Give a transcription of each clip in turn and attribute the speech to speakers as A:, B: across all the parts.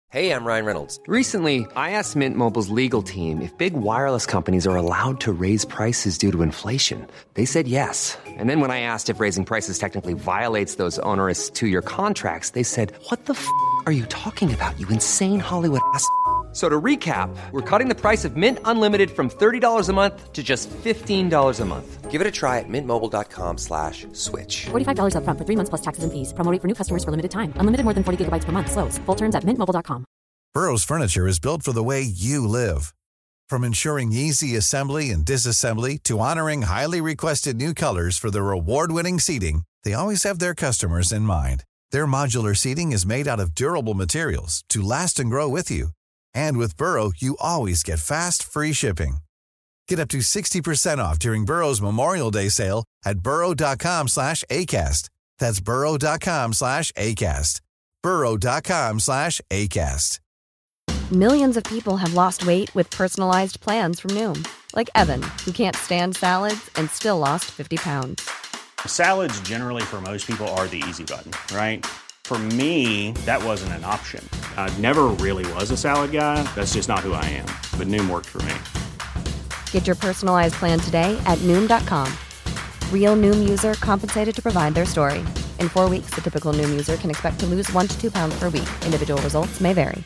A: Hey, I'm Ryan Reynolds.
B: Recently, I asked Mint Mobile's legal team if big wireless companies are allowed to raise prices due to inflation. They said yes. And then when I asked if raising prices technically violates those onerous two-year contracts, they said, "What the are you talking about, you insane Hollywood ass?" So to recap, we're cutting the price of Mint Unlimited from $30 a month to just $15 a month.
A: Give it a try at mintmobile.com/switch.
C: $45 up front for 3 months plus taxes and fees. Promo rate for new customers for limited time. Unlimited more than 40 gigabytes per month. Slows full terms at mintmobile.com.
D: Burrow's furniture is built for the way you live. From ensuring easy assembly and disassembly to honoring highly requested new colors for their award-winning seating, they always have their customers in mind. Their modular seating is made out of durable materials to last and grow with you. And with Burrow, you always get fast, free shipping. Get up to 60% off during Burrow's Memorial Day sale at burrow.com/ACAST. That's burrow.com/ACAST. burrow.com/ACAST.
E: Millions of people have lost weight with personalized plans from Noom. Like Evan, who can't stand salads and still lost 50 pounds.
F: Salads generally for most people are the easy button, right? For me, that wasn't an option. I never really was a salad guy. That's just not who I am. But Noom worked for me.
E: Get your personalized plan today at Noom.com. Real Noom user compensated to provide their story. In 4 weeks, the typical Noom user can expect to lose 1 to 2 pounds per week. Individual results may vary.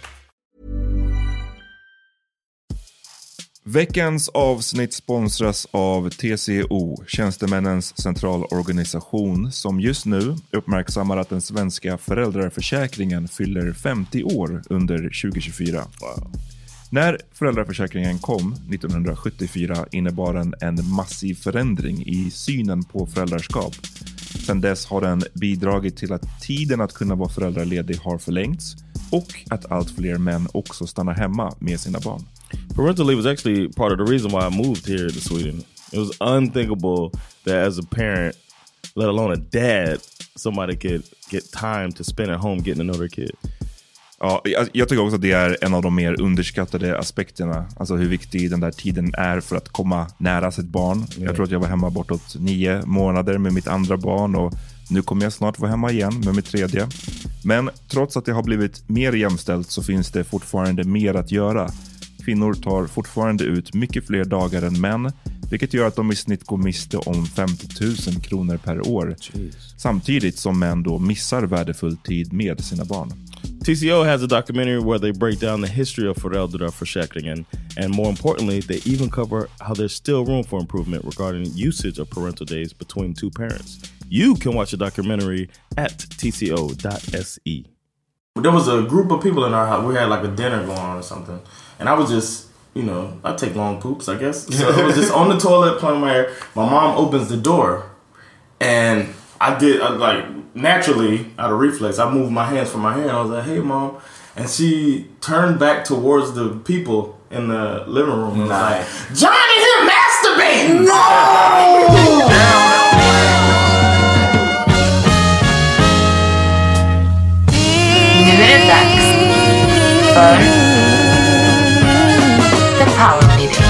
G: Veckans avsnitt sponsras av TCO, Tjänstemännens centralorganisation, som just nu uppmärksammar att den svenska föräldraförsäkringen fyller 50 år under 2024. Wow. När föräldraförsäkringen kom 1974 innebar den en massiv förändring i synen på föräldraskap. Sedan dess har den bidragit till att tiden att kunna vara föräldraledig har förlängts och att allt fler män också stannar hemma med sina barn.
H: Parental leave was actually part of the reason why I moved here to Sweden. It was unthinkable that as a parent, let alone a dad, somebody could get time to spend at home getting to know their kid.
G: Ja, jag tycker också att det är en av de mer underskattade aspekterna. Alltså hur viktig den där tiden är för att komma nära sitt barn. Mm. Jag tror att jag var hemma bortåt 9 månader med mitt andra barn och nu kommer jag snart vara hemma igen med mitt tredje. Men trots att det har blivit mer jämställt så finns det fortfarande mer att göra. Kvinnor tar fortfarande ut mycket fler dagar än män, vilket gör att de i snitt går miste om 50 000 kronor per år. Jeez. Samtidigt som män då missar värdefull tid med sina barn.
H: TCO has a documentary where they break down the history of föräldraförsäkringen, and more importantly, they even cover how there's still room for improvement regarding usage of parental days between two parents. You can watch the documentary at tco.se.
I: There was a group of people in our house. We had like a dinner going on or something. And I was just, you know, I take long poops, I guess. So I was just on the toilet playing my hair. My mom opens the door. And I like, naturally, out of reflex, I moved my hands from my hair. I was like, hey, Mom. And she turned back towards the people in the living room. And was like, Johnny here masturbating! No!
J: Nu är det dags för The Power Meeting.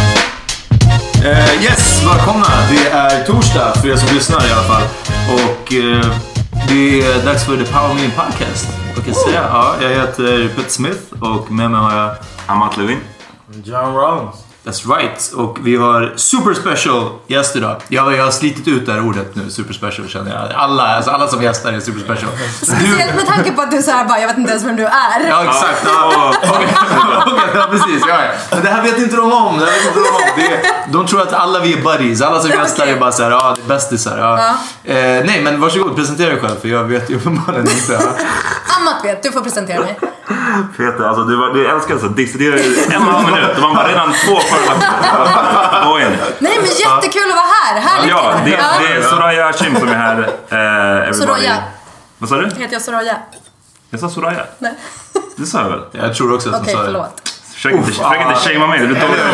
K: Yes, välkomna. Det är torsdag för er som lyssnar i alla fall. Och det är dags för The Power Meeting Podcast. Och jag säga, ja, jag heter Peter Smith och med mig har jag
I: Amat Levin. John Rollins.
K: That's right. Och vi har super special gäst idag. Jag har slitit ut det här ordet nu, super special känner jag. Alla som gästar är super special.
L: Speciellt med tanke på att du så här bara, jag vet inte ens vem du är.
K: Ja, exakt. Okej, precis. Ja. Men det här vet inte de om. De tror att alla vi är buddies. Alla som gästar är bara så här, ja, det är bästisar. Ja. Nej, men varsågod, presentera dig själv. För jag vet ju uppenbarligen inte.
L: Amat vet, du får presentera mig.
M: Peter, alltså du älskar så diss. Det är 1,5 minut. Man var redan 2 för.
L: Nej, men jättekul att vara här. Härligt.
M: Ja, det är Soraya Hashim som är här.
L: Soraya.
M: Vad sa du?
L: Heter jag Soraya?
M: Jag sa Soraya.
L: Nej.
M: Det sa jag väl?
K: Jag tror också att
L: Okej, förlåt.
M: Försök inte shamea mig. Det blir dåligt.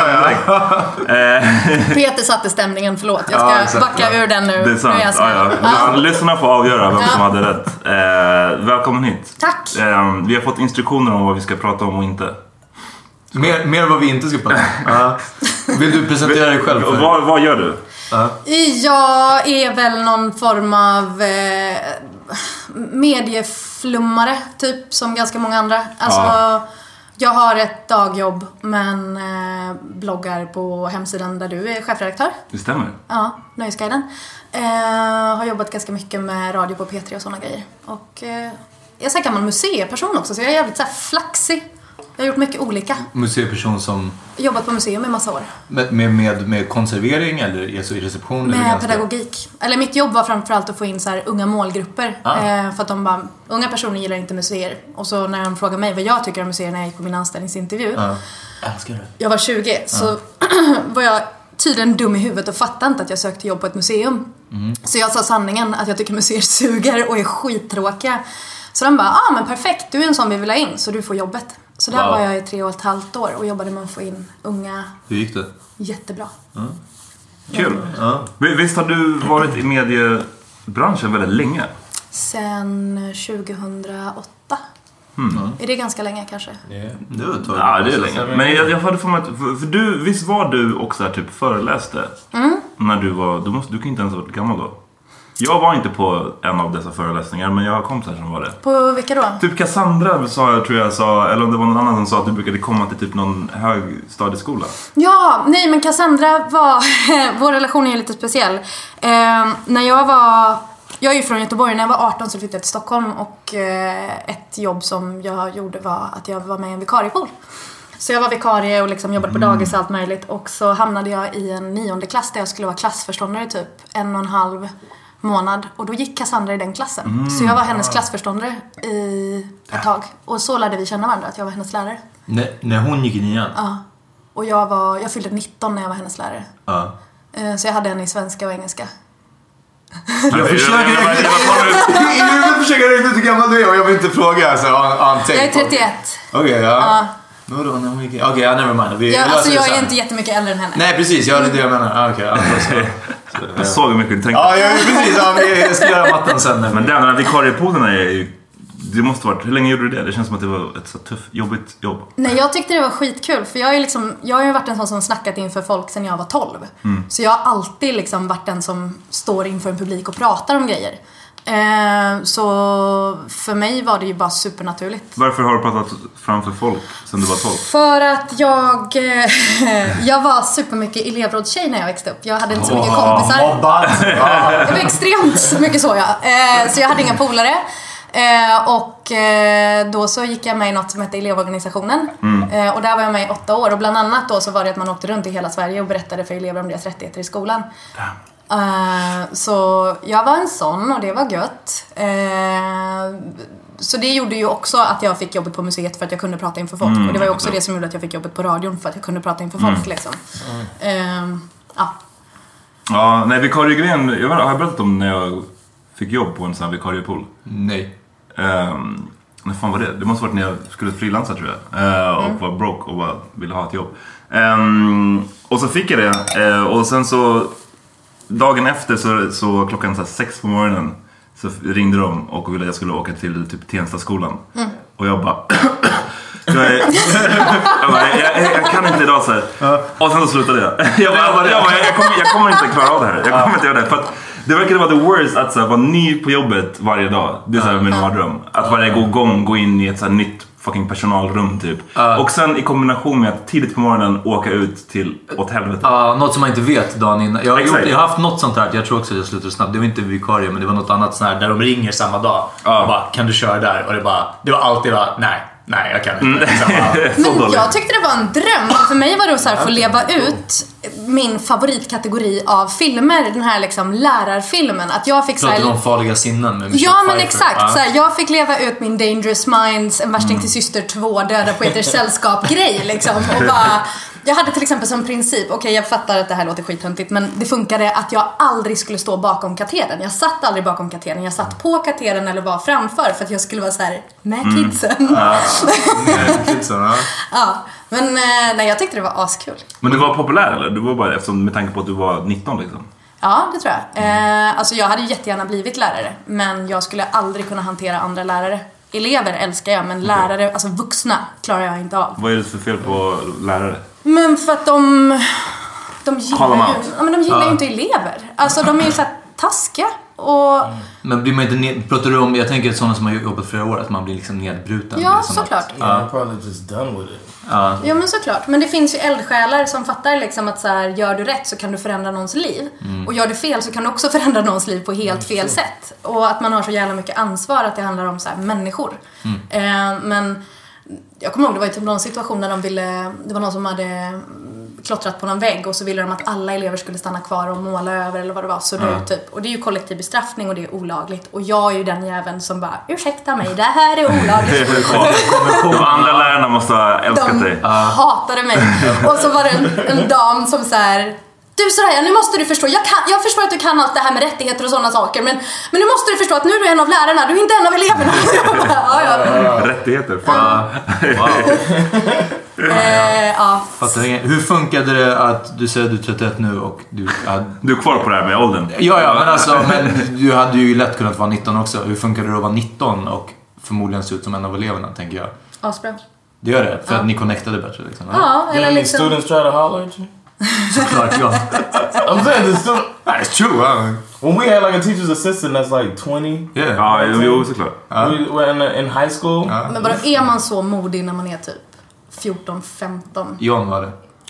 L: Peter satte stämningen, förlåt. Jag ska backa ur den nu.
M: Det är sant. Lyssna får avgöra vem som hade rätt. Välkommen hit.
L: Tack.
M: Vi har fått instruktioner om vad vi ska prata om och inte.
K: Mer vad vi inte ska prata om. Vill du presentera dig själv?
M: Vad gör du?
L: Jag är väl någon form av medieflummare typ, som ganska många andra. Alltså, jag har ett dagjobb men bloggar på hemsidan där du är chefredaktör.
M: Det stämmer.
L: Ja, Nöjesguiden. Har jobbat ganska mycket med radio på P3 och sådana grejer. Och jag är så här gammal museiperson också, så jag är jävligt så här flaxig. Jag har gjort mycket olika.
K: Museiperson som...
L: Jobbat på museum i massa år.
K: Med konservering eller alltså i reception?
L: Med
K: eller
L: pedagogik. Eller mitt jobb var framförallt att få in så här unga målgrupper. För att de bara, unga personer gillar inte museer. Och så när de frågar mig vad jag tycker om museer när jag gick på min anställningsintervju.
K: Älskar det.
L: Jag var 20, så var jag tydligen dum i huvudet och fattade inte att jag sökte jobb på ett museum. Så jag sa sanningen att jag tycker museer suger och är skittråkiga. Så de bara, men perfekt, du är en sån vi vill ha in, så du får jobbet. Så där var jag i 3,5 år och jobbade med att få in unga.
K: Hur gick det?
L: Jättebra.
M: Kul. Visst har du varit i mediebranschen väldigt länge?
L: Sen 2008. Är det ganska länge kanske?
K: Det var
M: ja, det är länge. Men jag hade för mig att, för du, visst var du också här, typ föreläste? När du var, du kan inte ens ha varit gammal då. Jag var inte på en av dessa föreläsningar, men jag har kompisar som var det.
L: På vilka då?
M: Typ Cassandra tror jag sa, eller om det var någon annan som sa att du brukade komma till typ någon högstadieskola.
L: Ja, nej men Cassandra var, vår relation är ju lite speciell. När jag är ju från Göteborg, när jag var 18 så flyttade jag till Stockholm och ett jobb som jag gjorde var att jag var med i en vikariepool. Så jag var vikarie och liksom jobbade på dagis och allt möjligt. Och så hamnade jag i en 9:e klass där jag skulle vara klassförståndare typ 1,5 månad. Och då gick Cassandra i den klassen. Så jag var hennes klassförståndare i ett tag. Och så lärde vi känna varandra, att jag var hennes lärare.
K: När hon gick in igen?
L: Ja. Och jag fyllde 19 när jag var hennes lärare. Så jag hade henne i svenska och engelska.
K: Jag försöker räkna ut hur gammal du är och jag vill inte fråga. Alltså,
L: jag är 31.
K: Okej, ja. Okej, never mind.
L: Jag är inte jättemycket äldre än henne.
K: Nej, precis. Jag är det jag menar.
M: Jag såg hur mycket du tänkte.
K: Ja, precis. Jag ska göra matten sen.
M: Men den här vikariepolerna är ju... Det måste varit... Hur länge gjorde du det? Det känns som att det var ett så tufft, jobbigt jobb.
L: Nej, jag tyckte det var skitkul. För jag har ju varit en sån som snackat inför folk sedan jag var 12. Så jag har alltid liksom varit den som står inför en publik och pratar om grejer. Så för mig var det ju bara supernaturligt.
M: Varför har du pratat framför folk sen du var 12?
L: För att jag var supermycket elevrådstjej när jag växte upp. Jag hade inte så mycket kompisar. Jag var extremt mycket så, så jag hade inga polare. Och då så gick jag med i något som hette elevorganisationen. Och där var jag med i 8 år. Och bland annat då så var det att man åkte runt i hela Sverige och berättade för elever om deras rättigheter i skolan. Så jag var en sån och det var gött. Så det gjorde ju också att jag fick jobbet på museet för att jag kunde prata inför folk. Och det var ju också det som gjorde att jag fick jobbet på radion för att jag kunde prata inför folk liksom.
M: Ja, nej, vikariegrejen, har jag berättat om när jag fick jobb på en sån här vikariepool?
K: Nej.
M: När fan var det? Det måste varit när jag skulle frilansa tror jag. Och var broke och bara ville ha ett jobb. Och så fick jag det. Och sen så dagen efter så klockan 6 på morgonen så ringde de och ville att jag skulle åka till typ Tenstaskolan. Och jag bara jag kan inte idag så här. Och sen så slutade jag. Jag kommer inte klara av det här. Jag kommer inte göra det för att det verkar vara the worst att så här, vara ny på jobbet varje dag. Det är så här min mardröm. Att varje gång gå in i ett så här nytt fucking personalrum typ. Och sen i kombination med att tidigt på morgonen åka ut till åt helvete.
K: Något som man inte vet dagen innan. Jag har haft något sånt här. Jag tror också att jag slutade snabbt. Det var inte vikarie men det var något annat sånt här där de ringer samma dag. Och bara, kan du köra där? Och det var alltid nej, jag kan inte.
L: Men jag tyckte det var en dröm. För mig var det så här för att leva ut min favoritkategori av filmer, den här liksom lärarfilmen, att jag fick så här,
K: de farliga sinnen med
L: ja men exakt så här, jag fick leva ut min Dangerous Minds, En värsting till syster 2, Döda på ert sällskap grej liksom, och bara, jag hade till exempel som princip, okej, jag fattar att det här låter skithuntigt, men det funkade att jag aldrig skulle stå bakom katedern. Jag satt aldrig bakom katedern, jag satt på katedern eller var framför för att jag skulle vara så här med kidsen. Ja, men nej, jag tyckte det var askul.
M: Men du var populär eller? Du var bara med tanke på att du var 19 liksom.
L: Ja, det tror jag. Alltså jag hade jättegärna blivit lärare, men jag skulle aldrig kunna hantera andra lärare. Elever älskar jag, men lärare, alltså vuxna klarar jag inte av.
M: Vad är det för fel på lärare?
L: Men för att de gillar ju inte elever. Alltså de är ju så här taskiga.
K: Men blir man inte pratar du om, jag tänker sådana som har jobbat flera år, att man blir liksom nedbruten?
L: Ja, såklart.
I: Yeah, probably just done with it.
L: Ja, men såklart. Men det finns ju eldsjälar som fattar liksom att så här, gör du rätt så kan du förändra någons liv. Och gör du fel så kan du också förändra någons liv på helt fel sätt. Och att man har så jävla mycket ansvar att det handlar om så här, människor. Men jag kommer ihåg, det var typ någon situation där det var någon som hade klottrat på någon vägg och så ville de att alla elever skulle stanna kvar och måla över eller vad det var, sudda ut typ. Och det är ju kollektiv bestraffning och det är olagligt. Och jag är ju den jäveln som bara, ursäkta mig, det här är olagligt.
M: De andra lärarna måste ha älskat dig.
L: De hatade mig. Och så var det en dam som så här: du Soraya, nu måste du förstå, jag förstår att du kan allt det här med rättigheter och sådana saker, men nu måste du förstå att nu är du en av lärarna, du är inte en av eleverna.
M: Rättigheter,
K: Hur funkade det att du säger att du är 31 nu och du
M: är kvar på det här med åldern?
K: Ja, men alltså, du hade ju lätt kunnat vara 19 också. Hur funkade det att vara 19 och förmodligen se ut som en av eleverna, tänker jag?
L: Asbra.
K: Det gör det, för att ni connectade bättre liksom.
L: Ja, eller liksom
I: students try to holler at you?
K: Såklart, ja.
I: I'm saying the student.
K: It's true.
I: When we had like a teacher's assistant that's like 20.
K: Yeah.
M: Ja, jo, såklart.
I: We were in high school.
L: Men bara, är man så modig när man är typ 14-15?
K: John var det.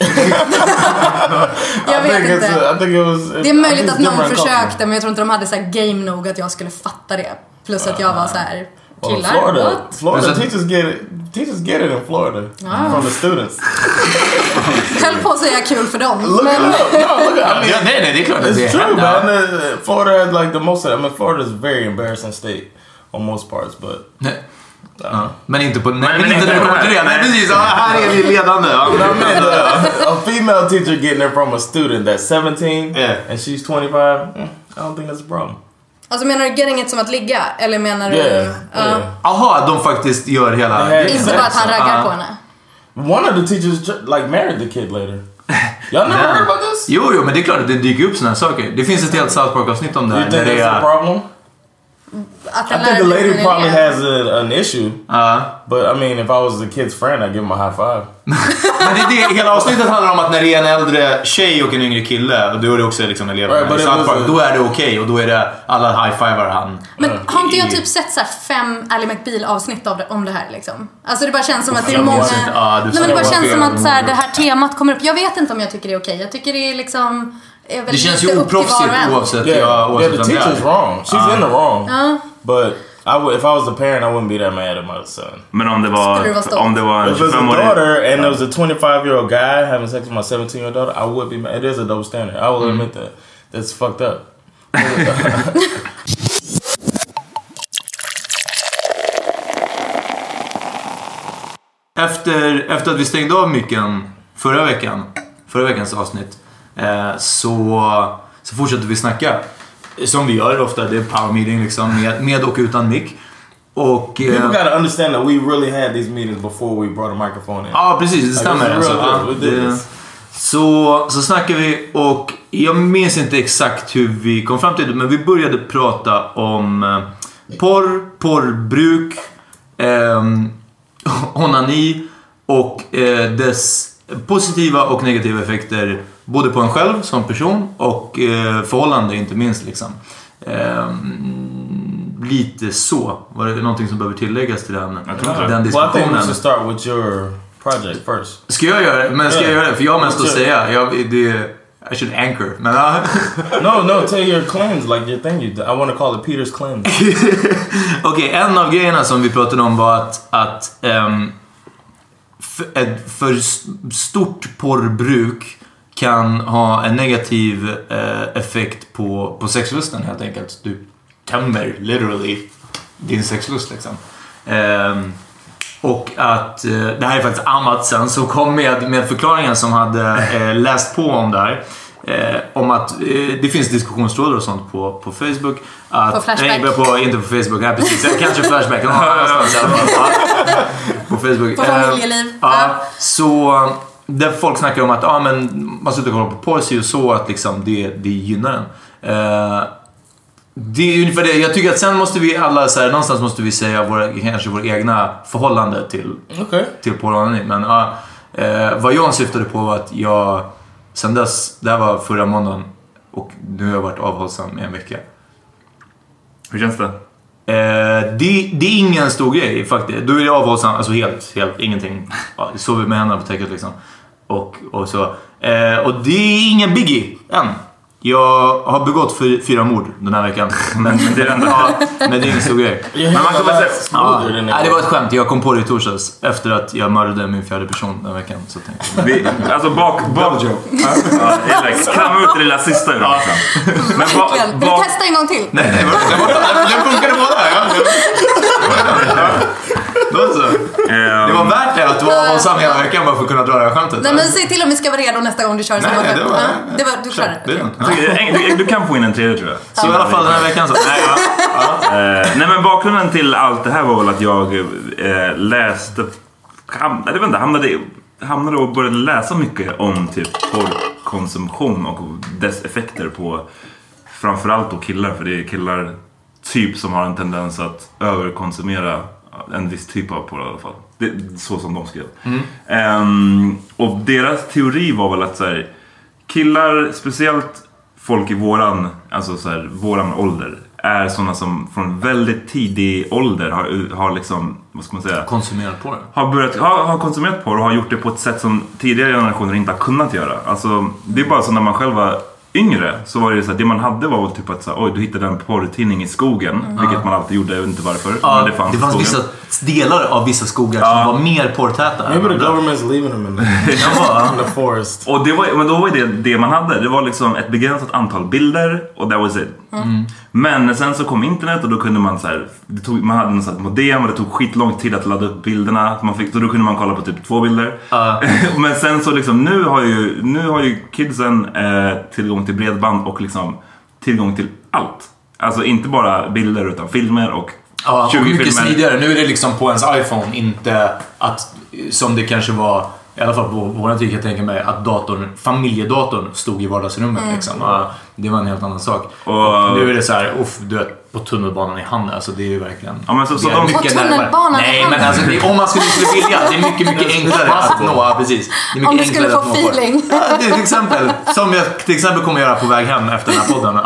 L: Jag vet inte.
I: I think it was,
L: det är möjligt att någon försökte, men jag tror inte de hade så här game nog att jag skulle fatta det. Plus att jag var så här killar.
I: Florida teachers get it in Florida from the students.
L: Höll på att säga kul för dem.
I: Look it up. No, look up. I mean,
K: nej, det är klart
I: it's true, man. Florida has like the most. I mean, Florida is a very embarrassing state on most parts, but.
K: Men inte på inte när det kommer till det. Nej, precis. Här är vi ledande.
I: A female teacher getting it from a student that's 17 and she's 25. I don't think that's a problem.
L: Alltså menar du getting it som att ligga? Eller menar du...
K: Aha, de faktiskt gör hela...
L: Inte bara att han raggar på henne.
I: One of the teachers like married the kid later. Y'all never heard about this?
K: Jo, men det är klart att det dyker upp såna här saker. Det finns ett helt South Park-avsnitt om det här.
I: You think that's a problem? I think the lady probably has an issue. But I mean, if I was the kid's friend, I'd give him a high five.
K: Men det hela avsnittet handlar om att när det är en äldre tjej och en yngre kille, och då är det också liksom elever, då är det okej, och då är det alla high-fivar han.
L: Men har inte jag typ sett så här 5 Ally McBeal avsnitt om det här liksom? Alltså det bara känns som att det är många... Nej, men det bara känns som att så här, det här temat kommer upp. Jag vet inte om jag tycker det är okej. Jag tycker det är liksom...
K: Det känns ju oproffsigt oavsett.
I: Yeah, the teacher's wrong. She's in the wrong. But if I was the parent, I wouldn't be that mad at my son.
M: Men om det var en 25-årig
I: daughter and there was a 25-year-old guy having sex with my 17-year-old daughter, I would be mad. It is a double standard. I will admit that. That's fucked up.
K: Efter att vi stängde av micken förra veckans avsnitt, så fortsätter vi snacka. Som vi gör ofta, det är power meeting liksom, med och utan mic. Och
I: people gotta understand that we really had these meetings before we brought a microphone in.
K: Ja, precis, det stämmer. Så snackar vi, och jag minns inte exakt hur vi kom fram till det, men vi började prata om porrbruk, onani och dess positiva och negativa effekter både på en själv som person och förhållande inte minst liksom. Lite så. Var det någonting som behöver tilläggas till den diskussionen?
I: Well, I think we should start with your project first.
K: Ska jag göra det? Men ska jag göra det? För jag har mest att säga. I should anchor. Men
I: No, tell your cleanse like your thing. I want to call it Peter's cleanse.
K: Okej, en av grejerna som vi pratade om var att ett för stort porrbruk kan ha en negativ effekt på sexlusten helt enkelt. Du tömmer literally din sexlust liksom. Och att det här är faktiskt Amatsen som kom med förklaringen som hade läst på om det här. Om att det finns diskussionstrådar och sånt på Facebook.
L: På Flashback?
K: Inte på Facebook, nej precis. Kanske Flashback. På Facebook.
L: På familjeliv.
K: Så där folk snackar om att men man slutar kolla på porr så att liksom det gynnar den. Det är ungefär det. Jag tycker att sen måste vi alla så här, någonstans måste vi säga vår egna förhållande till porr. Men vad jag syftade på var att jag sen dess, det här var förra måndagen och nu har jag varit avhållsam i en vecka.
M: Hur känns det?
K: Det är ingen stor grej faktiskt. Då är det avhållsam, alltså helt ingenting. Ja, sover med händerna på täcket liksom. Och så. Och det är ingen biggie än. Jag har begått 4 mord den här veckan. Men det är ändå, men det är ingen stor grej. Men man kan väl säga, nej, det var ett skämt. Jag kom på det i torsdags efter att jag mördade min 4:e person den veckan. Så tänkte jag.
M: Alltså bak kram ut det lilla sista idag.
L: Men vill du testa en gång till?
K: Nej, det funkade båda. Det var värt det att du var avhållsam hela veckan bara för att kunna dra det här skämtet.
L: Nej, men säg till om vi ska vara redo nästa gång du kör.
K: Nej,
L: du kör.
M: Du kan få in en 3:e tror jag.
K: Så i alla fall den här veckan så.
M: Nej, men bakgrunden till allt det här var väl att jag läste, jag vet inte, hamnade och började läsa mycket om typ porrkonsumtion och dess effekter på framförallt då killar, för det är killar typ som har en tendens att överkonsumera en viss typ av porr i alla fall. Det är så som de skrev. Och deras teori var väl att så här, killar, speciellt folk i våran ålder, är sådana som från väldigt tidig ålder har liksom, vad ska man säga,
K: konsumerat porr.
M: Har konsumerat porr och har gjort det på ett sätt som tidigare generationer inte har kunnat göra. Alltså, det är bara så när man själv var yngre så var det så här, det man hade var typ att så här, oj, du hittade en porrtidning i skogen, vilket man alltid gjorde, jag vet inte varför, men
K: det fanns vissa delar av vissa skogar som var mer porrtäta.
I: Maybe the government's leaving them in the forest.
M: Och men då var det man hade, det var liksom ett begränsat antal bilder och that was it. Men sen så kom internet och då kunde man så här, man hade en sån här modem och det tog skitlång tid att ladda upp bilderna, så då kunde man kolla på typ 2 bilder. Men sen så liksom nu har ju kidsen tillgång till bredband och liksom tillgång till allt. Alltså inte bara bilder utan filmer och
K: 20 och mycket filmer. Smidigare. Nu är det liksom på ens iPhone, inte att som det kanske var i alla fall på våran tid, jag tänker mig att familjedatorn stod i vardagsrummet liksom. Det var en helt annan sak. Och nu är det så här, du vet, på tunnelbanan i handen, alltså det är ju verkligen.
M: Ja, men så
K: det är
M: de
K: mycket
L: tunnelbanan.
K: Nej, men alltså om man skulle vilja, det är mycket enklare att nå, precis. Det är mycket
L: om du skulle få feeling.
K: Det är till exempel som jag till exempel kommer göra på väg hem efter den här podden.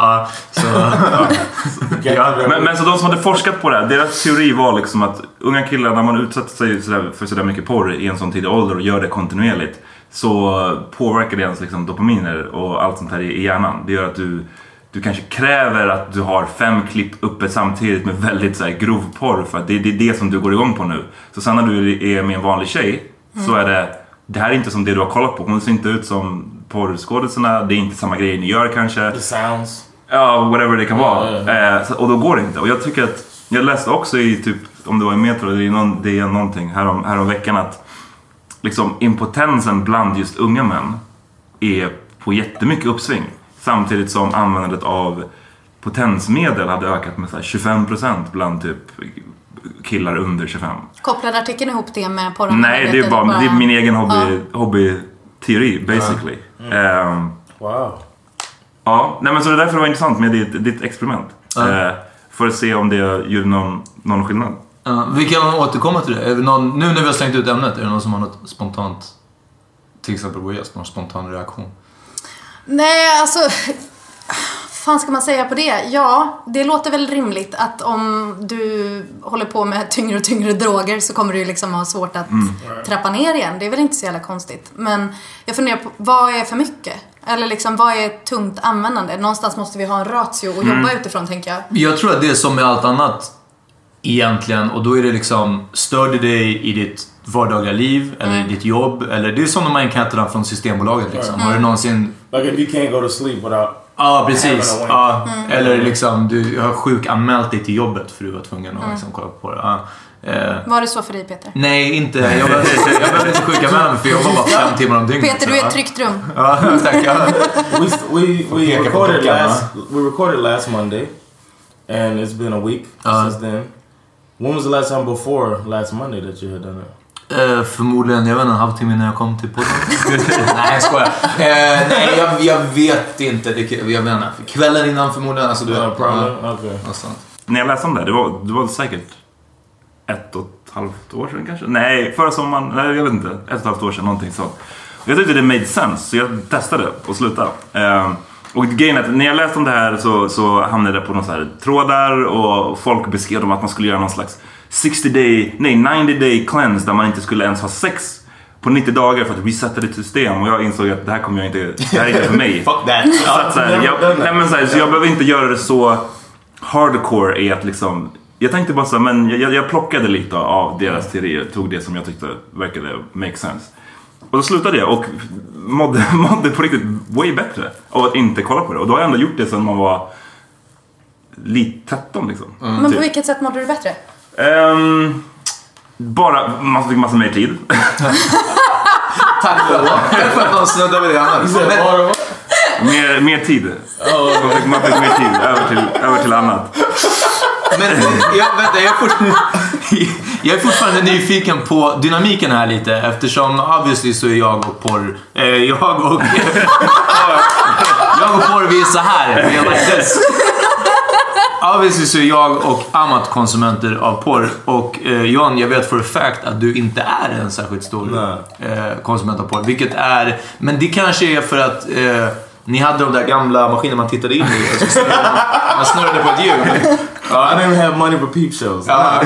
M: Men så de som hade forskat på det här, deras teori var liksom att unga killar, när man utsätter sig för sådär mycket porr i en sån tidig ålder och gör det kontinuerligt, så påverkar det ens liksom dopaminer och allt sånt här i hjärnan. Det gör att du kanske kräver att du har 5 klipp uppe samtidigt med väldigt så här grov porr, för att det är det som du går igång på nu. Så sen när du är med en vanlig tjej så är det här är inte som det du har kollat på. Hon ser inte ut som porrskådesarna, det är inte samma grejer ni gör kanske.
I: The sounds.
M: Ja, whatever det kan vara. Och då går det inte. Och jag tycker att, jag läste också i typ, om det var i Metro, det är någonting härom veckan, att liksom impotensen bland just unga män är på jättemycket uppsving. Samtidigt som användandet av potensmedel hade ökat med 25% bland typ killar under 25.
L: Kopplade artikeln ihop det med porren?
M: Nej, det är min egen hobbyteori basically.
I: Wow.
M: Ja, nej, men så det är därför det var intressant med ditt experiment. För att se om det gjorde någon skillnad.
K: Vi kan återkomma till det. Nu när vi har slängt ut ämnet, är det någon som har något spontant, till exempel vår gäst, någon spontan reaktion?
L: Nej, alltså, fan ska man säga på det? Ja, det låter väl rimligt att om du håller på med tyngre och tyngre droger så kommer du liksom ha svårt att trappa ner igen. Det är väl inte så jävla konstigt. Men jag funderar på, vad är för mycket? Eller liksom, vad är ett tungt användande? Någonstans måste vi ha en ratio och jobba utifrån, tänker jag.
K: Jag tror att det är som med allt annat egentligen, och då är det liksom, stör det dig i ditt vardagliga liv eller i ditt jobb, eller det är som de här enkäterna från Systembolaget liksom. Har du någonsin
I: like if you can't go to sleep without
K: precis. Eller liksom du har sjukanmält dig till jobbet för du var tvungen att liksom kolla på det.
L: Var det så för dig, Peter?
K: Nej, inte. Jag behöver inte sjukanmäla mig för jag var bara 5 timmar om dygnet.
L: Peter, du är ett tryggt rum.
K: Ja, tack.
I: We recorded last Monday and it's been a week since then. When was the last time before last Monday that you had done it?
K: Förmodligen, jag vet inte, en halvtimme när jag kom till podden. Nej, jag skojar. Nej, jag vet inte. Jag vet inte. Kvällen innan förmodligen. Alltså,
M: När jag läste om det var säkert 1,5 år sedan kanske. Nej, förra sommaren. Nej, jag vet inte. 1,5 år sedan, någonting så. Jag tyckte det made sense, så jag testade och slutade. Och grejen är att när jag läste om det här så hamnade jag på någon så här trådar och folk beskrev dem att man skulle göra någon slags 90 day cleanse där man inte skulle ens ha sex på 90 dagar för att resetta ditt system. Och jag insåg att det här kommer jag inte, det här är inte för mig.
I: Fuck that.
M: Så jag behöver inte göra det så hardcore i att liksom, jag tänkte bara så, men jag plockade lite av deras teorier, tog det som jag tyckte verkade make sense. Och då slutade jag och mådde på riktigt way bättre av att inte kolla på det. Och då har jag ändå gjort det sedan man var lite 13 liksom.
L: Men på vilket sätt mådde du bättre?
M: Bara man fick massa mer tid.
K: Tack för att någon snuddade vid det annat.
M: Mer tid. Man fick mer tid över till annat.
K: Men jag är fortfarande nyfiken på dynamiken här lite, eftersom obviously så är jag och porr vi är så här. Obviously så är jag och Amat konsumenter av porr. Och John, jag vet för fact att du inte är en särskilt stor konsument av porr. Vilket är, men det kanske är för att ni hade de där gamla maskiner man tittade in i. Man snurrade på ett hjul.
I: I didn't have money for peep shows.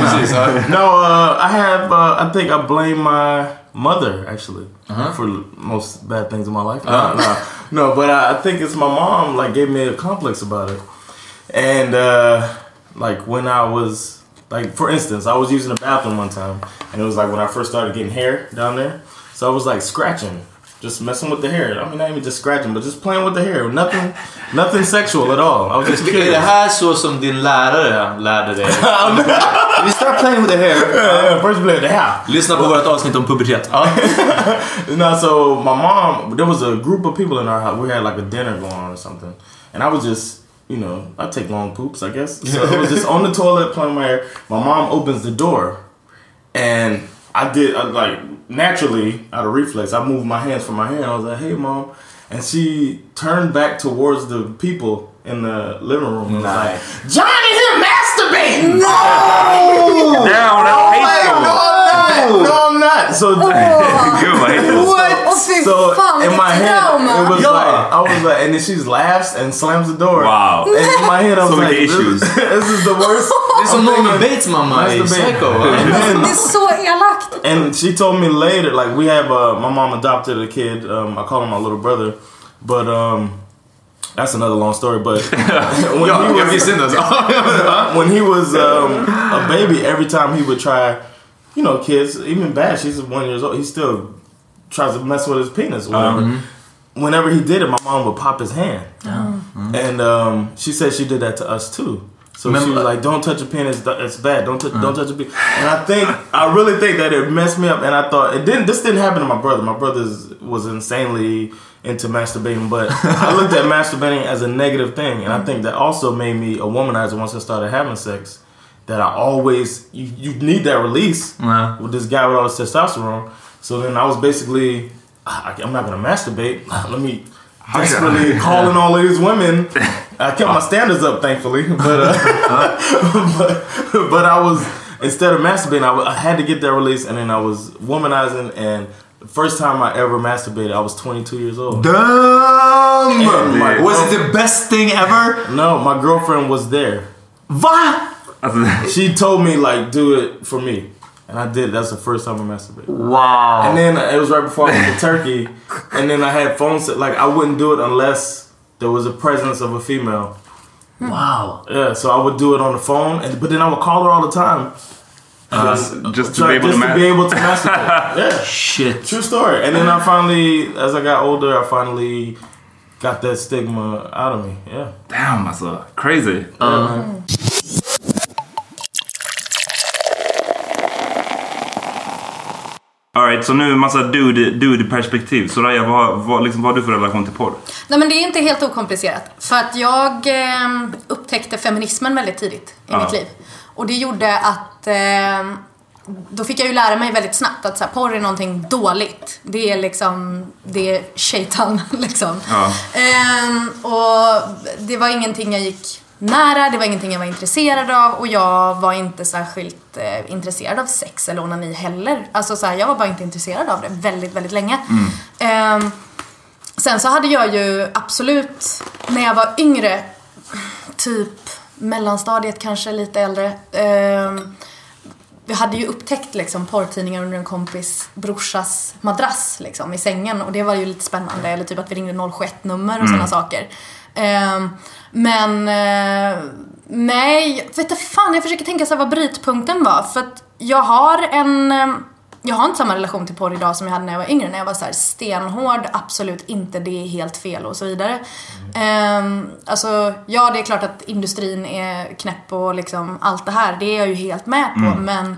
I: I think I blame my mother actually for most bad things in my life. No, but I think it's my mom like gave me a complex about it. And like when I was like, for instance, I was using the bathroom one time, and it was like when I first started getting hair down there. So I was like scratching, just messing with the hair. I mean, not even just scratching, but just playing with the hair. Nothing sexual at all. I was just curious.
K: Är det här så som din lärare lärde dig? We start playing with the hair.
I: First play with the hair.
K: Lyssna på vårt avsnitt om pubertet.
I: No, so my mom, there was a group of people in our house. We had like a dinner going on or something, and I was just, you know, I take long poops, I guess. So I was just on the toilet playing my hair. My mom opens the door, and I like naturally out of reflex, I moved my hands from my hair. I was like, "Hey, Mom," and she turned back towards the people in the living room and was like, "Johnny here masturbating." No, no, I'm not. So, so in my head, it was like, I was like, and then she laughs and slams the door.
M: Wow.
I: And in my head, I was like, this is the worst.
K: Det är som Norman Bates mamma i Psycho.
L: Det är så elakt.
I: And she told me later, like we have my mom adopted a kid. I call him my little brother, but that's another long story. But when he was a baby, every time he would try, you know, kids, even Bash, he's 1 year old, he still tries to mess with his penis, whatever. Whenever he did it, my mom would pop his hand. And she said she did that to us too. So she was like, "Don't touch your penis. It's bad. Don't touch your penis." And I really think that it messed me up. And I thought this didn't happen to my brother. My brother was insanely into masturbating, but I looked at masturbating as a negative thing, and I think that also made me a womanizer once I started having sex. That I always you need that release with this guy with all this testosterone. So then I was basically, I'm not gonna masturbate. Let me desperately calling all of these women. I kept my standards up, thankfully, but but I was, instead of masturbating, I had to get that release, and then I was womanizing. And the first time I ever masturbated, I was 22 years old.
K: Damn! Was it the best thing ever?
I: No, my girlfriend was there.
K: Va?
I: She told me, like, do it for me. And I did. That's the first time I masturbated.
K: Wow.
I: And then it was right before I went to Turkey. And then I had phones. Like, I wouldn't do it unless there was a presence of a female.
K: Wow.
I: Yeah, so I would do it on the phone. But then I would call her all the time.
M: Just to be able to
I: masturbate. Yeah.
K: Shit.
I: True story. And then I finally, as I got older, I finally got that stigma out of me. Yeah.
M: Damn, alltså. Crazy. Alright, så nu massa dude-perspektiv. Så Raya, vad har du för relation till porr?
L: Nej, men det är inte helt okomplicerat. För att jag upptäckte feminismen väldigt tidigt i mitt liv. Och det gjorde att då fick jag ju lära mig väldigt snabbt att så här, porr är någonting dåligt. Det är liksom, det är shaitan liksom. Och det var ingenting jag gick nära, det var ingenting jag var intresserad av. Och jag var inte särskilt intresserad av sex eller onani heller. Alltså så här, jag var bara inte intresserad av det väldigt, väldigt länge. Sen så hade jag ju absolut när jag var yngre, typ mellanstadiet, kanske lite äldre, vi hade ju upptäckt liksom porrtidningar under en kompis brorsas madrass liksom, i sängen, och det var ju lite spännande. Eller typ att vi ringde 071-nummer och sådana saker. Men nej, vet du fan, jag försöker tänka så här vad brytpunkten var. För att jag har inte samma relation till porr idag som jag hade när jag var yngre. När jag var så här stenhård, absolut inte, det är helt fel och så vidare. Alltså, ja, det är klart att industrin är knäpp och liksom allt det här, det är jag ju helt med på. Men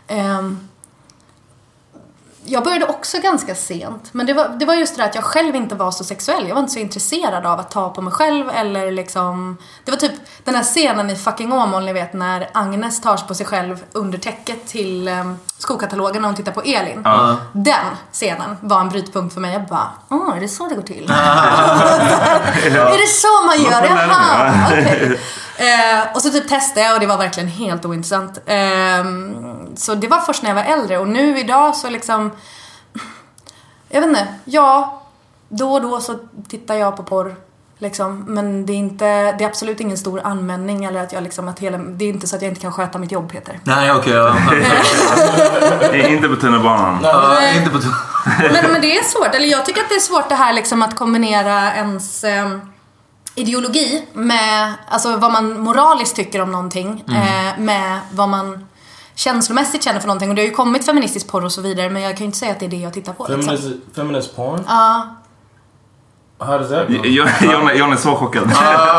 L: jag började också ganska sent. Men det var just det att jag själv inte var så sexuell. Jag var inte så intresserad av att ta på mig själv. Eller liksom, det var typ den här scenen i Fucking Åmål, ni vet, när Agnes tar på sig själv under täcket till skokatalogen när hon tittar på Elin. Den scenen var en brytpunkt för mig. Jag bara, är det så det går till? Är det så man gör det? Okay. Och så typ testade jag, och det var verkligen helt ointressant. Så det var först när jag var äldre. Och nu idag så liksom, jag vet inte, ja, då och då så tittar jag på porr liksom, men det är absolut ingen stor användning, eller att jag liksom, det är inte så att jag inte kan sköta mitt jobb, Peter.
K: Nej, okej.
M: Inte på tunnelbanan.
K: Inte på
L: men det är svårt, eller jag tycker att det är svårt det här liksom, att kombinera ens ideologi med, alltså vad man moraliskt tycker om någonting, med vad man känslomässigt känner för någonting. Och det har ju kommit feministisk porr och så vidare, men jag kan ju inte säga att det är det jag tittar på.
I: Feminist porn?
L: Ja.
I: How does that go?
M: John är så chockad.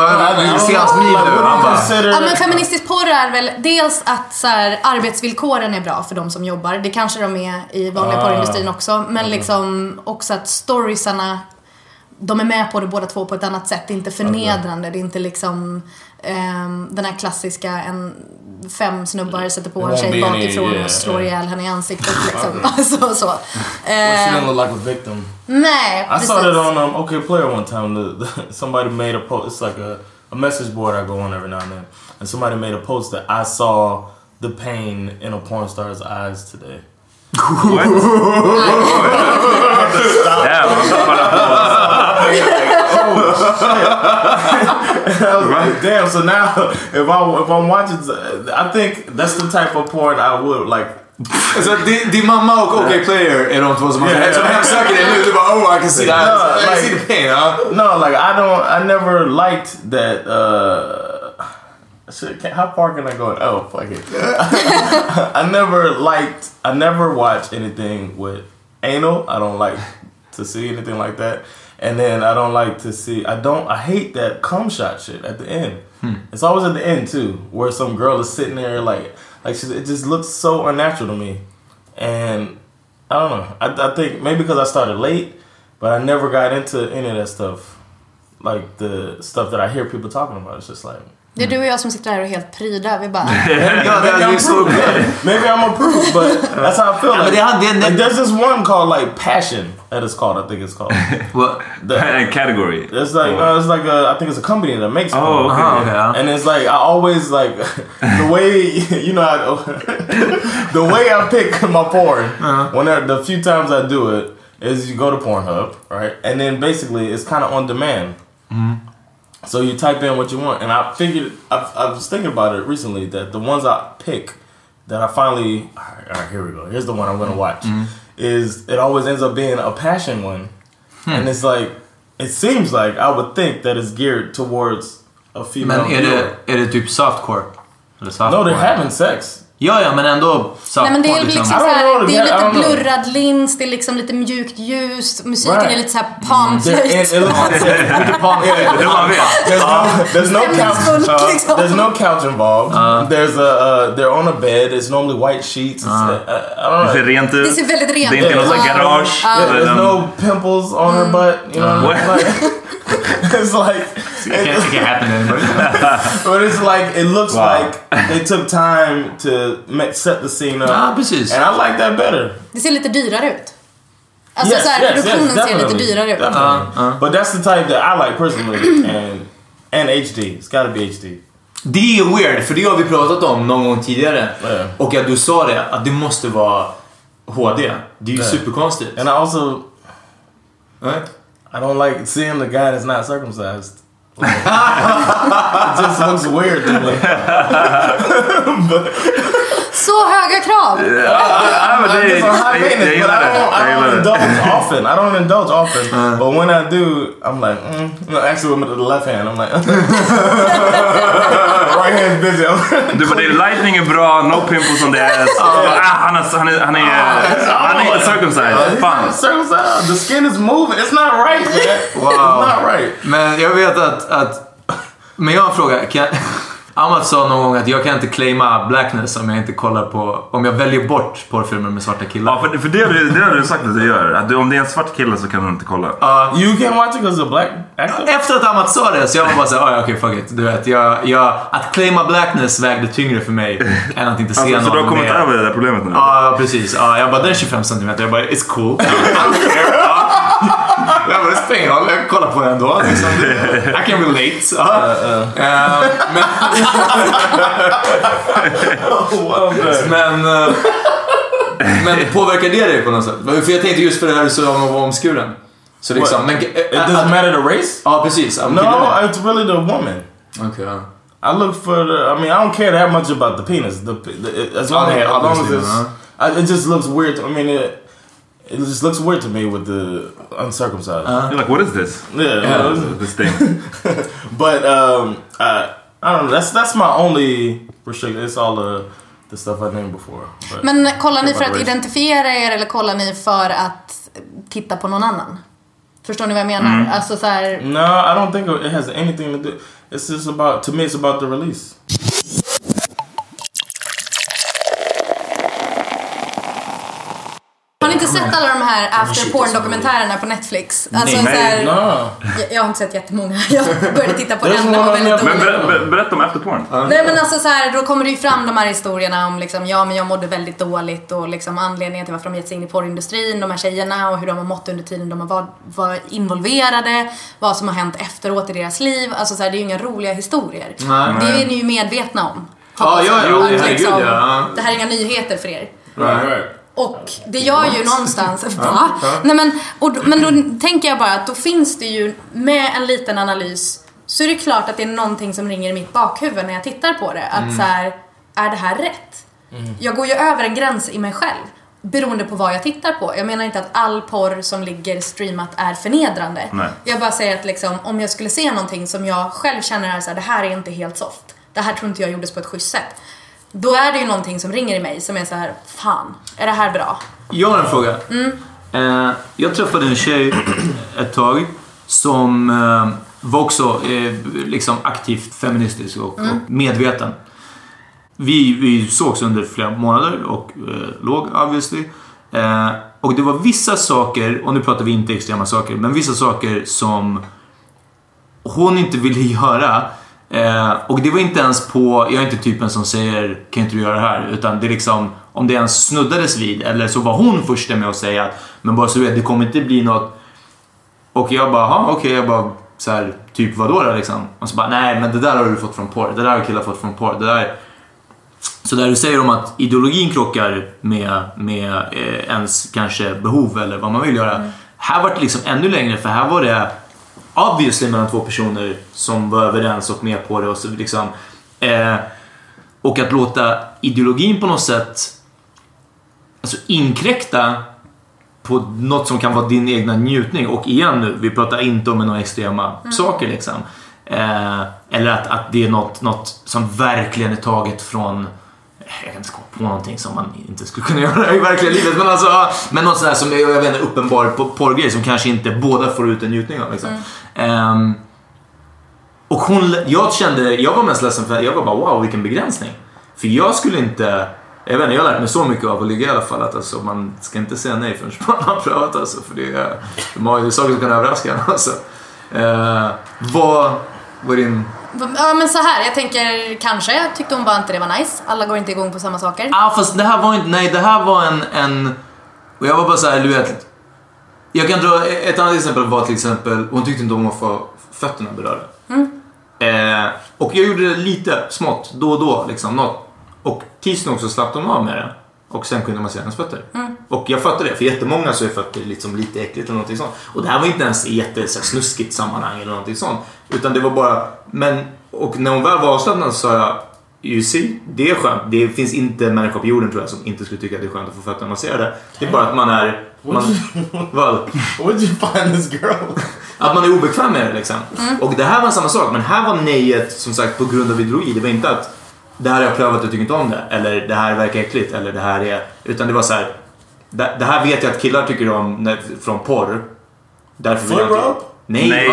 L: Men feministisk porr är väl dels att så här, arbetsvillkoren är bra för de som jobbar. Det kanske de är i vanliga porrindustrin också. Men liksom också att storiesarna, de är med på det båda två på ett annat sätt. Det är inte förnedrande. Det är inte liksom den här klassiska 5 snubbar sätter på en tjej bakifrån och slår ihjäl henne i ansiktet liksom. Alltså så.
I: She didn't look like a victim.
L: Nej,
I: I saw that on OK Player one time. Somebody made a post. It's like a message board I go on every now and then. And somebody made a post that I saw the pain in a porn star's eyes today.
M: What?
I: Damn, so now if I'm watching, I think that's the type of porn I would like.
K: Så din mamma och OK Player är de två som har hemsöker det nu. Du bara, I can see that. I see the pain.
I: No, like I never liked that. How far can I go? Oh, fuck it. I never watched anything with anal. I don't like to see anything like that. And then I don't like to see, I hate that cum shot shit at the end. It's always at the end too, where some girl is sitting there like it just looks so unnatural to me. And I don't know. I think maybe because I started late, but I never got into any of that stuff. Like the stuff that I hear people talking about. It's just like...
L: Det är du och jag som sitter här och är helt pryda. Vi bara...
I: Maybe I'm a prude, but that's how I feel. Like there's this one called like Passion. That is called, I think it's called.
M: What? Category?
I: It's like I think it's a company that makes porn.
M: Oh, okay.
I: And it's like I always like the way the way I pick my porn the few times I do it is you go to Pornhub, right? And then basically it's kind of on demand. So you type in what you want, and I figured I was thinking about it recently that the ones I pick that I finally all right, here we go. Here's the one I'm gonna watch. Is it always ends up being a passion one, and it's like it seems like I would think that it's geared towards a female.
K: Men är det typ softcore? Eller softcore?
I: No, they're having sex.
K: Ja, men ändå softcore.
L: Nej, men det är liksom så här, det är lite blurrad lins, det är liksom lite mjukt ljus, musiken är lite så här panflöjt.
I: There's no couch involved. They're on a bed. It's normally white sheets. I don't know.
M: Det ser rent ut.
L: Det ser väldigt rent ut.
M: Det är inte något garage.
I: There's no pimples on her butt. You know what? It's like
K: it can't happen to anybody.
I: But it's like it looks like they took time to set the scene up.
K: Precis.
I: And I like that better.
L: Det ser lite dyrare ut. Alltså produktionen ser lite dyrare ut.
I: But that's the type that I like personally, and HD. It's gotta be HD.
K: Det är weird, för det har vi pratat om någon gång tidigare. Och att du sa det, att det måste vara HD. Det är ju superkonstigt.
I: And I also I don't like seeing the guy that's not circumcised It just looks weird to me.
L: Så höga krav.
I: I don't indulge often. But when I do, I'm like, actually with the left hand, I'm like, right hand's busy.
M: Du bara, lightning är bra, no pimples on the ass. Han är circumcised. Fan.
I: Circumcised. The skin is moving. It's not right, man.
K: Wow.
I: It's not right.
K: Men jag vet att men jag har en fråga. Amat sa någon gång att jag kan inte claima blackness om jag inte kollar på, om jag väljer bort porrfilmer med svarta killar.
M: Ja, för det har du sagt att du gör. Att om det är en svart kille så kan du inte kolla.
I: You can't watch it because of black actor?
K: Efter att Amat sa det så jag var bara såhär, okej, fuck it. Du vet, att claima blackness vägde tyngre för mig än att inte se någon.
M: Så du har kommit över det där problemet nu?
K: Ja, precis. Jag bara, den är 25 cm. Jag bara, it's cool. Jag bara, det spelar ingen roll. Jag kollar på den ändå. Liksom. I can relate. Men påverkar det dig på något sätt? För jag tänkte just för det här så om att vara omskuren. Så liksom, men,
I: it doesn't matter the race?
K: Ja, precis.
I: No, it's really the woman.
K: Okay.
I: I look for the. I mean, I don't care that much about the penis. As long as it just looks weird. I mean, it just looks weird to me with the uncircumcised.
M: You're like, what is this?
I: Yeah.
M: This thing.
I: But I don't know. That's my only restriction. It's all the stuff I named before. But
L: men kollar ni för att identifiera er eller kollar ni för att titta på någon annan? Förstår ni vad jag menar? Alltså så här...
I: No, I don't think it has anything to do. It's just about, to me, it's about the release.
L: Har ni inte sett alla de här after porn-dokumentärerna på Netflix? Alltså,
I: Nej.
L: Jag har inte sett jättemånga. Jag började titta på den.
M: Men berätta om after porn.
L: Nej, men alltså så här, då kommer det ju fram de här historierna om liksom, men jag mådde väldigt dåligt och liksom anledningen till varför de gett sig in i porrindustrin, de här tjejerna och hur de har mått under tiden de har varit involverade, vad som har hänt efteråt i deras liv. Alltså så här, det är ju inga roliga historier. Det är ni ju medvetna om. Liksom, det här är inga nyheter för er.
I: Right.
L: Och det gör ju någonstans Nej, men då tänker jag bara att då finns det ju med en liten analys, så är det klart att det är någonting som ringer i mitt bakhuvud när jag tittar på det. Att så här, är det här rätt? Jag går ju över en gräns i mig själv beroende på vad jag tittar på. Jag menar inte att all porr som ligger streamat är förnedrande.
M: Nej.
L: Jag bara säger att liksom, om jag skulle se någonting som jag själv känner är så här, det här är inte helt soft, det här tror inte jag gjordes på ett schysst sätt, då är det ju någonting som ringer i mig som är så här, fan, är det här bra?
K: Jag har en fråga. Jag träffade en tjej ett tag som var också liksom aktivt feministisk och medveten. Vi sågs under flera månader och låg obviously. Och det var vissa saker, och nu pratar vi inte extrema saker, men vissa saker som hon inte ville göra. Och det var inte ens på, jag är inte typen som säger kan inte du göra det här, utan det är liksom, om det ens snuddades vid, eller så var hon första med att säga, men bara så vet, det kommer inte bli något. Och jag bara, okej, jag bara så här, typ vadå liksom? Och så bara, nej, men det där har du fått från porr, det där har killar fått från porr, det där. Så där du säger om att ideologin krockar med ens kanske behov eller vad man vill göra. Här var det liksom ännu längre, för här var det obviously mellan två personer som var överens och med på det och så liksom, och att låta ideologin på något sätt alltså inkräkta på något som kan vara din egna njutning. Och igen nu, vi pratar inte om några extrema saker liksom, eller att det är något som verkligen är taget från, jag kan inte komma på någonting som man inte skulle kunna göra i verkliga livet, men alltså, men något sådär som jag vet inte, uppenbar porrgrej som kanske inte båda får ut en njutning av liksom. Och jag var mest ledsen för jag var bara, wow, vilken begränsning. För jag skulle inte, jag vet inte, jag har lärt mig så mycket av att ligga i alla fall, att alltså, man ska inte säga nej förrän man har prövat alltså, för det är saker som kan överraska alltså. Vad var din...
L: Ja, men så här, jag tänker kanske, jag tyckte hon bara inte det var nice. Alla går inte igång på samma saker.
K: Ja, fast det här var inte, nej, det här var en och jag var bara så här, du vet, jag kan dra ett annat exempel, var till exempel, hon tyckte inte om att få fötterna berörda. Och jag gjorde det lite smått då och då liksom, något. Och tisdagen också slapp de av med det. och sen kunde massera hennes fötter. Och jag fattar det, för jättemånga så är fötter liksom lite äckligt eller någonting sånt. Och det här var inte ens i jättesnuskigt sammanhang eller någonting sånt, utan det var bara, och när hon väl var avslappnad så sa jag, you see, det är skönt. Det finns inte människor på jorden, tror jag, som inte skulle tycka att det är skönt att få fötterna masserade. Det är bara att man är... Vad?
I: Where'd you find this girl?
K: Att man är obekväm med det liksom. Och det här var samma sak, men här var nejet som sagt på grund av ideologi. Det var inte att det här har jag prövat och tycker inte om det, eller det här verkar äckligt, eller det här är... Utan det var så här, det här vet jag att killar tycker om från porr. Därför vill jag inte... Nej.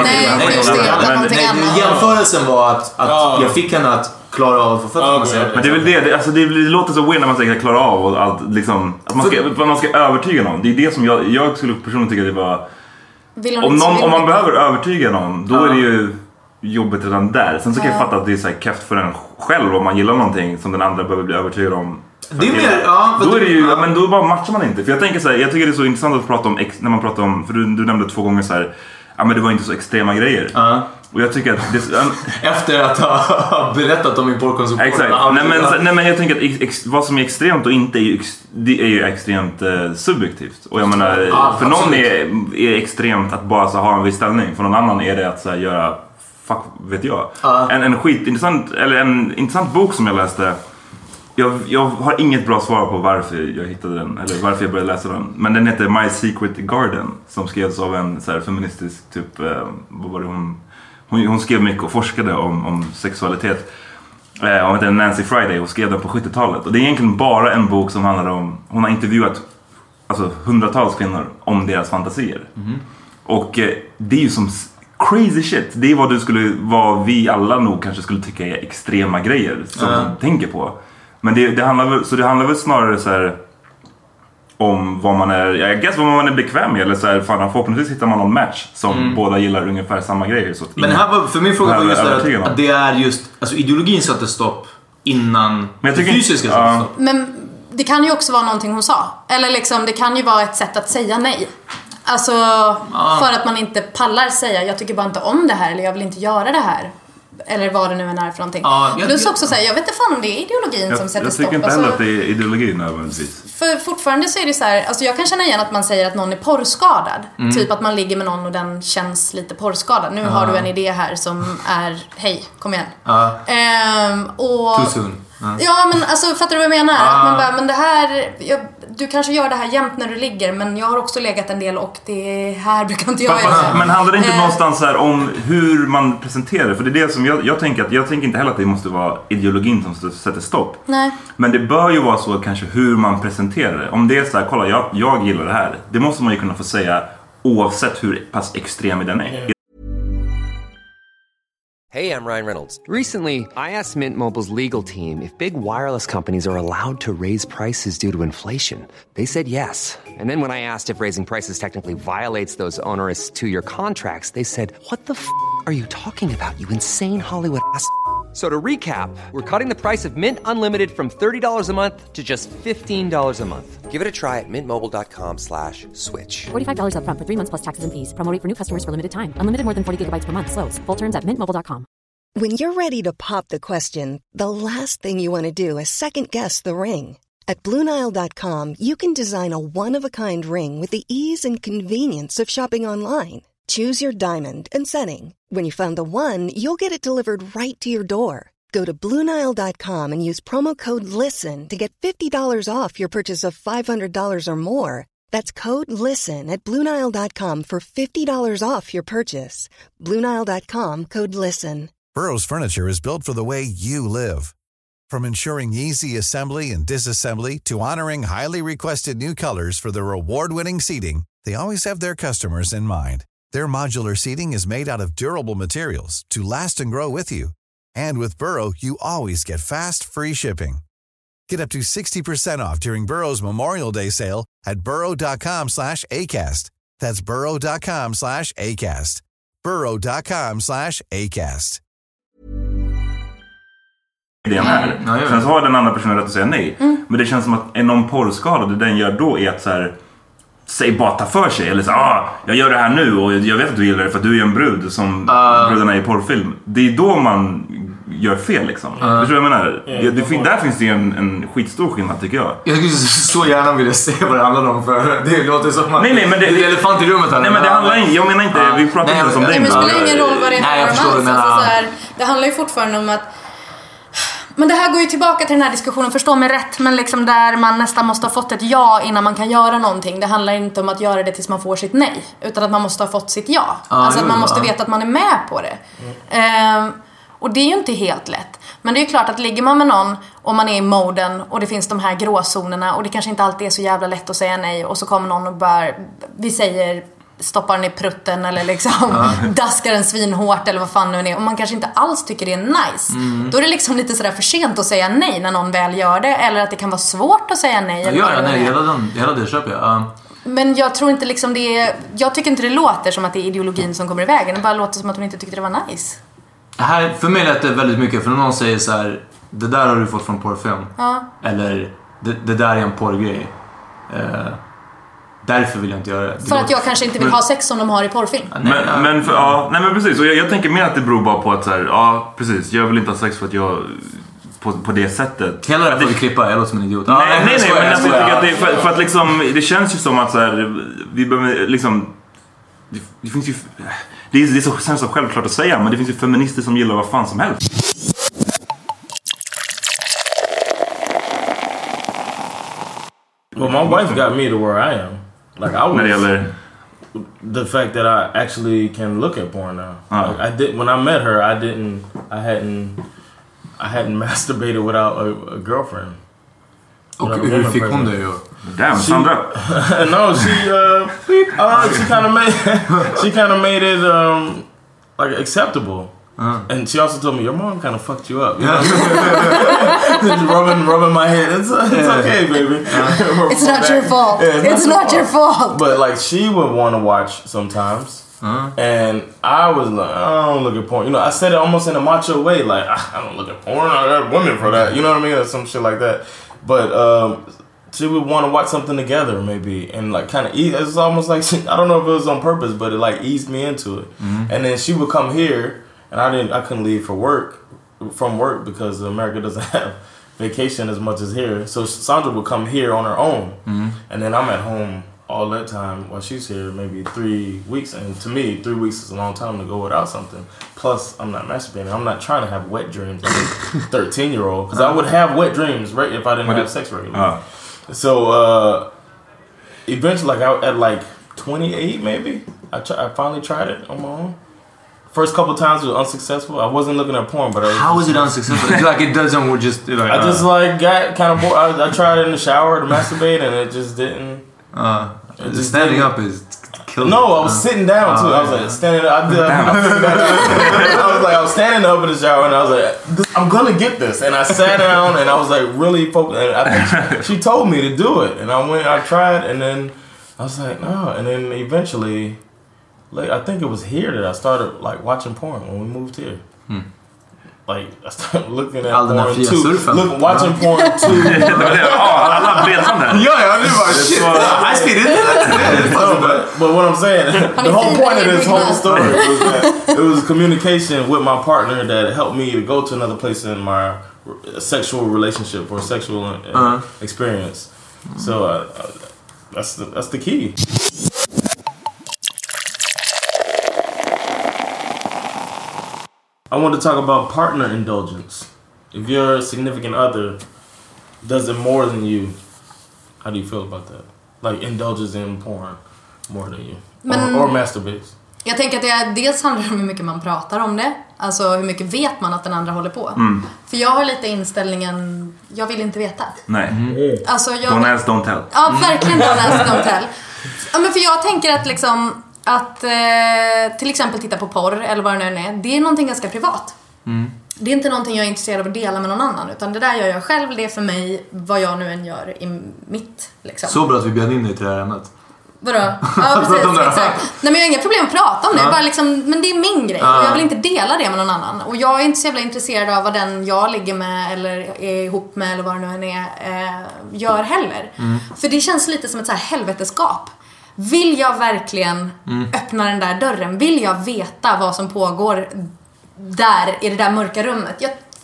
K: Jämförelsen var att jag fick henne att klara av att få fötterna.
M: Men det är väl det låter så weird när man säger att klara av och allt liksom, att man ska övertyga någon. Det är det som jag skulle personligen tycka det var, om man behöver övertyga någon, då är det ju jobbet redan där. Sen så kan jag fatta att det är så här keft för en själv om man gillar någonting som den andra behöver bli övertygad om.
K: Det är mer,
M: då är det ju, men då bara matchar man inte. För jag tänker så här, jag tycker det är så intressant att prata om när man pratar om, för du nämnde 2 gånger så här, ja men det var inte så extrema grejer. Och jag tycker att
K: efter att ha berättat om min porrkonsumtion.
M: Exakt. Nej men jag tänker att vad som är extremt och inte det är ju extremt subjektivt. Och jag menar, för någon är extremt att bara så ha en viss ställning. För någon annan är det att så här, göra fuck vet jag. En skitintressant, eller en intressant bok som jag läste. Jag har inget bra svar på varför jag hittade den eller varför jag började läsa den. Men den heter My Secret Garden, som skrevs av en så här feministisk typ, vad var det hon skrev mycket och forskade om sexualitet. Hon heter Nancy Friday och skrev den på 70-talet. Och det är egentligen bara en bok som handlar om, hon har intervjuat alltså hundratals kvinnor om deras fantasier. Och det är ju som crazy shit. Det är vad vi alla nog kanske skulle tycka är extrema grejer som de tänker på. Men det handlar väl snarare så här om vad man är bekväm med, eller så här, förhoppningsvis hittar man någon match som båda gillar ungefär samma grejer. Så
K: men här var, för min fråga var just att det är just, alltså ideologin satte stopp innan det fysiska satte stopp.
L: Men det kan ju också vara någonting hon sa, eller liksom, det kan ju vara ett sätt att säga nej. Alltså för att man inte pallar säga jag tycker bara inte om det här, eller jag vill inte göra det här. Eller vad det nu än är för någonting. Plus också säga, jag vet inte fan om det är ideologin som sätter stopp.
M: Jag tycker inte heller att det är ideologin nödvändigtvis.
L: För fortfarande så är det så här, alltså jag kan känna igen att man säger att någon är porrskadad. Typ att man ligger med någon och den känns lite porrskadad. Nu har du en idé här som är, hej, kom igen.
K: Too soon.
L: Ja, men alltså, fattar du vad jag menar? Att man bara, men det här, du kanske gör det här jämt när du ligger, men jag har också legat en del och det här brukar inte jag göra.
M: Men handlar det inte någonstans här om hur man presenterar? För det är det som jag tänker inte heller att det måste vara ideologin som sätter stopp.
L: Nej.
M: Men det bör ju vara så kanske hur man presenterar det. Om det är så här, kolla jag gillar det här. Det måste man ju kunna få säga oavsett hur pass extrem den är.
A: Hey, I'm Ryan Reynolds.
B: Recently, I asked Mint Mobile's legal team if big wireless companies are allowed to raise prices due to inflation. They said yes. And then when I asked if raising prices technically violates those onerous 2-year contracts, they said, what the f*** are you talking about, you insane Hollywood ass f- So to recap, we're cutting the price of Mint Unlimited from $30 a month to just $15 a month.
A: Give it a try at mintmobile.com/switch.
C: $45 up front for 3 months plus taxes and fees. Promo rate for new customers for limited time. Unlimited more than 40 gigabytes per month. Slows full terms at mintmobile.com.
N: When you're ready to pop the question, the last thing you want to do is second-guess the ring. At BlueNile.com, you can design a one-of-a-kind ring with the ease and convenience of shopping online. Choose your diamond and setting. When you find the one, you'll get it delivered right to your door. Go to BlueNile.com and use promo code LISTEN to get $50 off your purchase of $500 or more. That's code LISTEN at BlueNile.com for $50 off your purchase. BlueNile.com, code LISTEN.
D: Burrow's furniture is built for the way you live. From ensuring easy assembly and disassembly to honoring highly requested new colors for their award-winning seating, they always have their customers in mind. Their modular seating is made out of durable materials to last and grow with you. And with Burrow, you always get fast, free shipping. Get up to 60% off during Burrow's Memorial Day sale at burrow.com/ACAST. That's burrow.com/ACAST. burrow.com/ACAST.
M: Sen så har den andra personen rätt att säga nej. Men det känns som att någon porrskada, det den gör då är att så här, säg bara ta för sig. Eller så jag gör det här nu och jag vet att du gillar det för att du är en brud som brudarna i porrfilm. Det är då man gör fel liksom. Du tror jag menar? Där finns det ju en skitstor skillnad tycker jag.
K: Jag skulle så gärna vilja se vad det handlar om, för det låter som att
M: nej, men det
K: är elefant i rummet här.
M: Nej, men det handlar inte, jag menar inte, vi pratar inte om det.
L: Nej, men det spelar ingen roll vad det handlar om alls. Det handlar ju fortfarande om att men det här går ju tillbaka till den här diskussionen, förstå mig rätt, men liksom där man nästan måste ha fått ett ja innan man kan göra någonting. Det handlar inte om att göra det tills man får sitt nej, utan att man måste ha fått sitt ja. Alltså att man måste veta att man är med på det. Och det är ju inte helt lätt. Men det är ju klart att ligger man med någon och man är i moden och det finns de här gråzonerna och det kanske inte alltid är så jävla lätt att säga nej, och så kommer någon och bara, vi säger stoppar den i prutten eller liksom daskar den svinhårt eller vad fan nu är, och man kanske inte alls tycker det är nice. Då är det liksom lite sådär för sent att säga nej när någon väl gör det, eller att det kan vara svårt att säga nej.
K: Hela det köper jag.
L: Men jag tror inte liksom det är, jag tycker inte det låter som att det är ideologin som kommer i vägen. Det bara låter som att hon inte tyckte det var nice.
K: Här, för mig lät det väldigt mycket, för när någon säger så här: det där har du fått från porrfilm. Eller det där är en porrgrej. Därför vill jag inte göra det.
L: För att jag kanske inte vill ha sex som de har i porrfilm.
M: Men precis. Och jag tänker mer att det beror bara på att så här, ja, precis. Jag vill inte ha sex för att jag på det sättet.
K: Hela det här får du klippa, jag låter som en idiot.
M: Nej, men jag tycker att det för att liksom, det känns ju som att så här, vi behöver liksom, det finns ju, det är så självklart att säga, men det finns ju feminister som gillar vad fan som helst.
I: Well, my wife got me to where I am. Like I was, the fact that I actually can look at porn now. Like I did when I met her. I hadn't masturbated without a girlfriend.
K: Okay, hur fick hon det ju?
M: Damn, Sandra.
I: No, she kind of made it like acceptable. And she also told me, your mom kind of fucked you up. You know? rubbing my head. It's okay, baby.
L: It's not your fault. It's not your fault.
I: But like she would want to watch sometimes. And I was like, I don't look at porn. You know, I said it almost in a macho way, like, I don't look at porn. I got women for that. You know what I mean? Or some shit like that. But she would want to watch something together, maybe, and like kind of ease. It's almost like I don't know if it was on purpose, but it like eased me into it. And then she would come here. And I couldn't leave from work because America doesn't have vacation as much as here. So Sandra would come here on her own. And then I'm at home all that time while she's here, maybe 3 weeks. And to me, 3 weeks is a long time to go without something. Plus, I'm not masturbating. I'm not trying to have wet dreams like a 13-year-old. Because I would have wet dreams, right, if I didn't have sex regularly. So eventually, at like 28 maybe, I finally tried it on my own. First couple times it was unsuccessful. I wasn't looking at porn, but
K: how was it unsuccessful? Like it doesn't just. Like,
I: I just like got kind of bored. I tried it in the shower to masturbate, and it just didn't.
K: Just standing up is killing.
I: No, I was sitting down too. I was like standing up. I was standing up in the shower, and I was like, I'm gonna get this. And I sat down, and I was like really focused. And I think she told me to do it, and I tried, and then I was like, no, and then eventually. Like I think it was here that I started like watching porn when we moved here. Like I started looking at porn too. Watching porn too.
M: Alla bredband där.
K: Ja, det var shit. I speed it.
I: But what I'm saying, the whole point of this whole story was that it was communication with my partner that helped me to go to another place in my sexual relationship or sexual experience. So that's the key. I want to talk about partner indulgence. If your significant other does it more than you, how do you feel about that? Like indulges in porn more than you. Or masturbates.
L: Jag tänker att det dels handlar om hur mycket man pratar om det. Alltså hur mycket vet man att den andra håller på. För jag har lite inställningen, jag vill inte veta.
M: Nej.
L: Alltså,
M: don't ask, don't tell.
L: Ja, verkligen don't ask, don't tell. Ja, men för jag tänker att liksom att till exempel titta på porr eller vad det nu är, det är någonting ganska privat. Det är inte någonting jag är intresserad av att dela med någon annan, utan det där gör jag själv, det är för mig vad jag nu än gör i mitt liksom.
K: Så bra att vi bjöd in dig till det här ämnet.
L: Vadå? Ja, precis, exakt. Nej, men jag har inga problem att prata om det, bara liksom, men det är min grej och jag vill inte dela det med någon annan. Och jag är inte så jävla intresserad av vad den jag ligger med eller är ihop med eller vad det nu än är gör heller. För det känns lite som ett så här helveteskap. Vill jag verkligen öppna den där dörren? Vill jag veta vad som pågår där i det där mörka rummet? Jag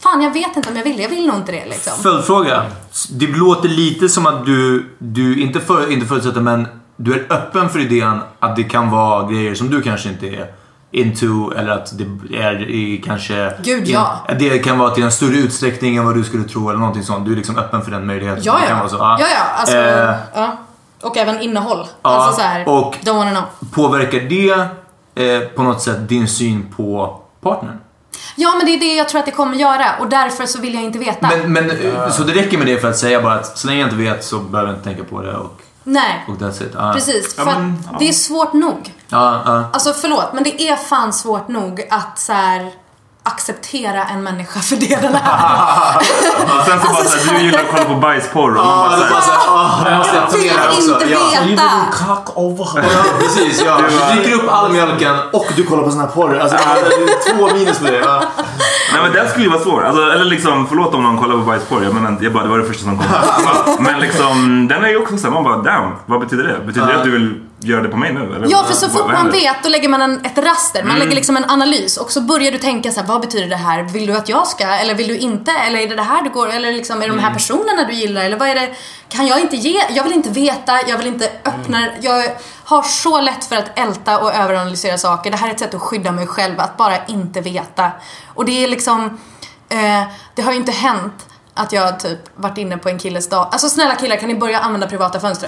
L: fan, jag vet inte om jag vill nog inte det liksom.
K: Följdfråga. Det låter lite som att du inte förutsätter, men du är öppen för idén att det kan vara grejer som du kanske inte är into, eller att det är kanske...
L: Gud, ja.
K: Det kan vara till en större utsträckning än vad du skulle tro eller någonting sånt. Du är liksom öppen för den möjligheten.
L: Ja,
K: det kan vara så. Ja.
L: Alltså, ja. Och även innehåll.
K: Ja,
L: alltså så här,
K: och
L: don't wanna know.
K: påverkar det på något sätt din syn på partnern?
L: Ja, men det är det jag tror att det kommer göra. Och därför så vill jag inte veta.
K: Men så det räcker med det för att säga bara att så länge jag inte vet så behöver jag inte tänka på det.
L: Nej,
K: och that's it.
L: precis. För att det är svårt nog. Alltså förlåt, men det är fan svårt nog att så här acceptera en människa för det den är.
M: Och sen så bara såhär, du gillar att kolla på bajsporr och man bara såhär,
K: jag måste
L: inte veta.
I: Cock over her.
K: Ja, precis, ja. Du dricker upp all mjölken och du kollar på sån här porr. Alltså det är 2 minus med det. Ja.
M: Nej, men den skulle ju vara svår. Alltså, eller liksom, förlåt om någon kollar på bajsporr. Jag menar, det var det första som kom. Men liksom, den är ju också såhär, man bara, damn, vad betyder det? Betyder det att du vill göra det på mig nu? Eller?
L: Ja, för så fort man vet, då lägger man ett raster. Man lägger liksom en analys. Och så börjar du tänka så här, vad betyder det här? Vill du att jag ska? Eller vill du inte? Eller är det här du går? Eller liksom, är det de här personerna du gillar? Eller vad är det? Kan jag inte ge? Jag vill inte veta. Jag vill inte öppna. Jag har så lätt för att älta och överanalysera saker. Det här är ett sätt att skydda mig själv. Att bara inte veta. Och det är liksom... det har ju inte hänt att jag typ varit inne på en killes dag. Alltså snälla killar, kan ni börja använda privata fönster?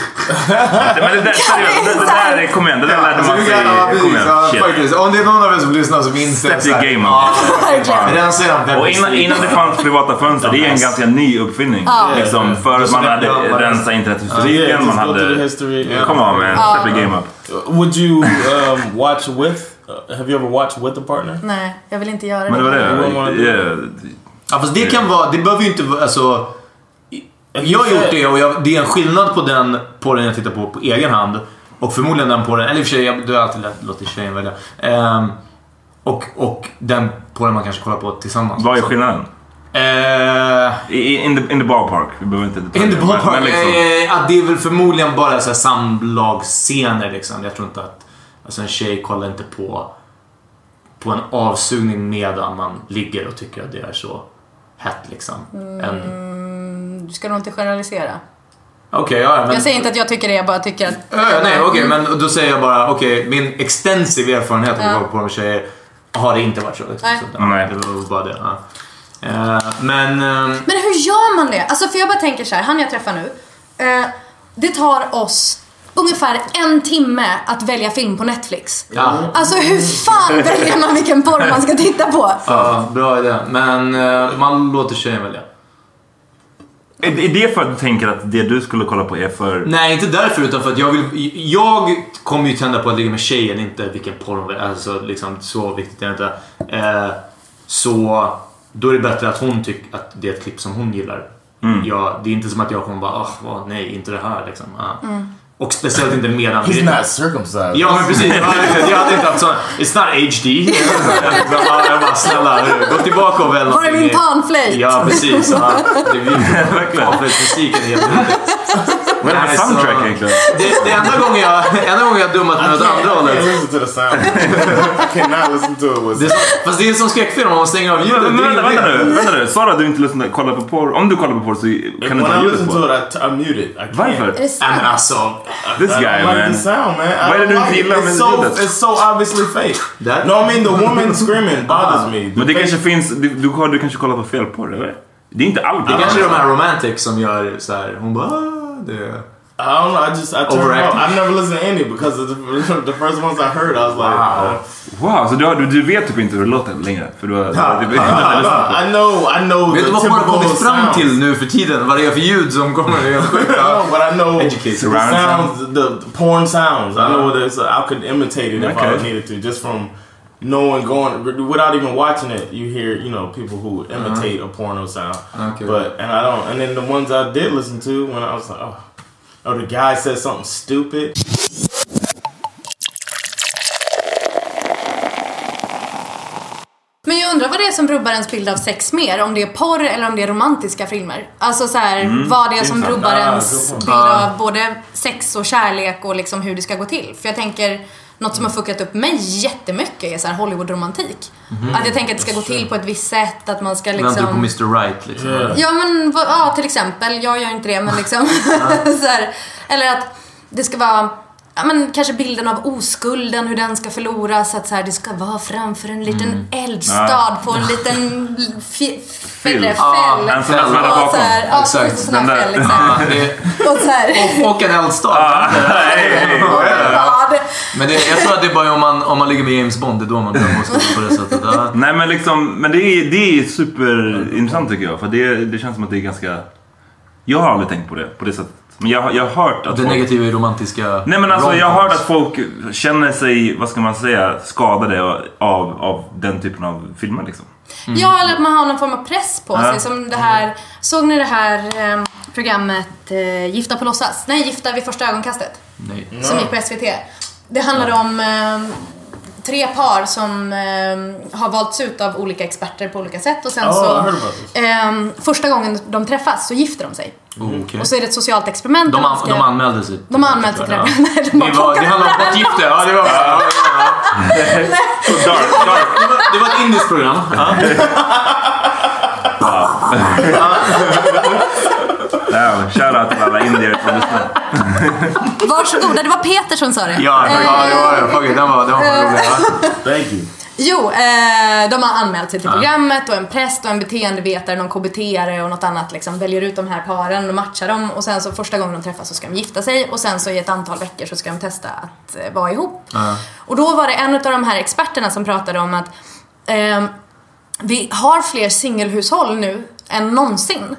M: Men det där är, kom igen, det där lärde man sig. Kom igen,
K: faktiskt. Om det är någon av er som lyssnar som inte
M: step the game up. Och innan det fanns privata fönster, det är en ganska ny uppfinning. Liksom, för att man hade rensat internethistoriken, man hade... Come on man, step the game up.
I: Would you watch with... have you ever watched with a partner?
L: Nej, jag vill inte göra det.
M: Men det var det.
K: Ja, fast det kan vara, det behöver ju inte vara, alltså, jag har gjort det och det är en skillnad på den porren jag tittar på egen hand och förmodligen den porren, eller i och för sig, du har alltid låtit tjejen välja, och den porren man kanske kollar på tillsammans.
M: Vad är skillnaden? In the ballpark. Vi behöver inte
K: in the ballpark,
M: men liksom.
K: Det är väl förmodligen bara så här samlagsscener liksom. Jag tror inte att, alltså, en tjej kollar inte på en avsugning medan man ligger och tycker att det är så hett liksom.
L: Du ska nog inte generalisera.
K: Okej, ja, men...
L: Jag säger inte att jag tycker det, jag bara tycker att...
K: nej, okej, men då säger jag bara, min extensiv erfarenhet av att gå på de tjejer har det inte varit så.
L: Nej.
K: Det var bara det. Men
L: hur gör man det? Alltså, för jag bara tänker så här, han jag träffar nu, det tar oss ungefär 1 timme att välja film på Netflix.
K: Ja.
L: Alltså hur fan väljer man vilken porr man ska titta på?
K: Ja, bra idé. Men man låter tjejen välja.
M: Är det för att du tänker att det du skulle kolla på är för...
K: Nej, inte därför, utan för att jag kommer ju tända på att ligga med tjejen, inte vilken porr, alltså liksom, så viktigt är det inte. Så då är det bättre att hon tycker att det är ett klipp som hon gillar. Ja, det är inte som att jag kommer bara, nej, inte det här liksom. Och speciellt inte medan...
I: He's not circumcised.
K: Ja, men precis. Jag hade inte haft sån... It's not HD. Jag bara, snälla, gå tillbaka och väl.
L: Var är min panflöjt?
K: Ja, precis. Det är verkligen musiken är helt roligt.
M: Vad är det för soundtrack egentligen?
K: Det enda gången jag dummat med något andra hållet.
I: Listen to the sound. I cannot listen to it.
K: Fast det är som skräckfilm om man stänger av ljudet.
M: Vänta nu. Sara, du inte kollar på porr. Om du kollar på porr så kan du inte ha ljudet på.
I: I mute it.
M: Varför?
K: Men alltså...
M: This guy, man.
I: Like the sound, man.
M: Vad är det du inte gillar med ljudet?
I: It's so obviously fake. No, I mean the woman screaming bothers me.
M: Men det kanske finns... Du kanske kollar på fel porr, eller? Det är inte allt.
K: Det är kanske de här romantics som gör så här. Hon bara...
I: I don't know. I turned off. I never listened to any because the first ones I heard, I was like,
M: wow. Så du vet typ inte hur det låter längre, för du har
I: I know.
K: Vet du vad man har kommit fram till nu för tiden? Vad det är för ljud som kommer?
I: No, but I know the sounds, the porn sounds. I know what it is. I could imitate it if I needed to, just from knowing, going without even watching it. You hear, people who imitate a porno sound. But and I don't. And then the ones I did listen to when I was like, the guy said something stupid.
L: Men jag undrar vad det det är som rubbar ens bild av sex mer? Om det är porr eller om det är romantiska filmer? Alltså så här, vad det är som rubbar ens bild av både sex och kärlek och liksom hur det ska gå till. För jag tänker, något som har fuckat upp mig jättemycket är så här Hollywood-romantik. Att jag tänker att det ska gå till på ett visst sätt, att man ska liksom...
K: Väntar på Mr. Right liksom.
L: Ja, men till exempel, jag gör inte det, men liksom så här, eller att det ska vara... Ja, men kanske bilden av oskulden, hur den ska förloras, att så här, det ska vara framför en liten eldstad på en liten fäll.
M: En sån där smälla bakom.
K: Exakt.
L: Sån där fäll, liksom.
K: Och en eldstad. Men jag tror att det är bara om man ligger med James Bond, det är då man börjar måste på det sättet.
M: Nej, men liksom, men det är superintressant tycker jag. För det känns som att det är ganska... Jag har aldrig tänkt på det sättet. Men jag har hört att
K: det negativa är romantiska...
M: Nej, men alltså jag har hört att folk känner sig, vad ska man säga, skadade av den typen av filmer liksom.
L: Ja, eller att man har någon form av press på sig. Som det här, såg ni det här programmet Gifta på låtsas? Nej, Gifta vid första ögonkastet.
K: Nej.
L: Som gick på SVT. Det handlade om 3 par som har valts ut av olika experter på olika sätt. Och sen första gången de träffas så gifter de sig.
K: Okay.
L: Och så är det ett socialt experiment.
K: De anmälde sig.
L: De anmälde sig till det.
K: Det handlade om bortgifte. Ja, det var det var ett indiskt program.
M: Shoutout till alla indier som lyssnar.
L: Varsågoda, det var Peter som sa det.
K: Ja, det var det. Den var rolig.
I: Thank you.
L: Jo, de har anmält sig till programmet och en präst och en beteendevetare, någon KBT-are och något annat liksom väljer ut de här paren och matchar dem och sen så första gången de träffas så ska de gifta sig och sen så i ett antal veckor så ska de testa att vara ihop. Och då var det en av de här experterna som pratade om att vi har fler singelhushåll nu än någonsin.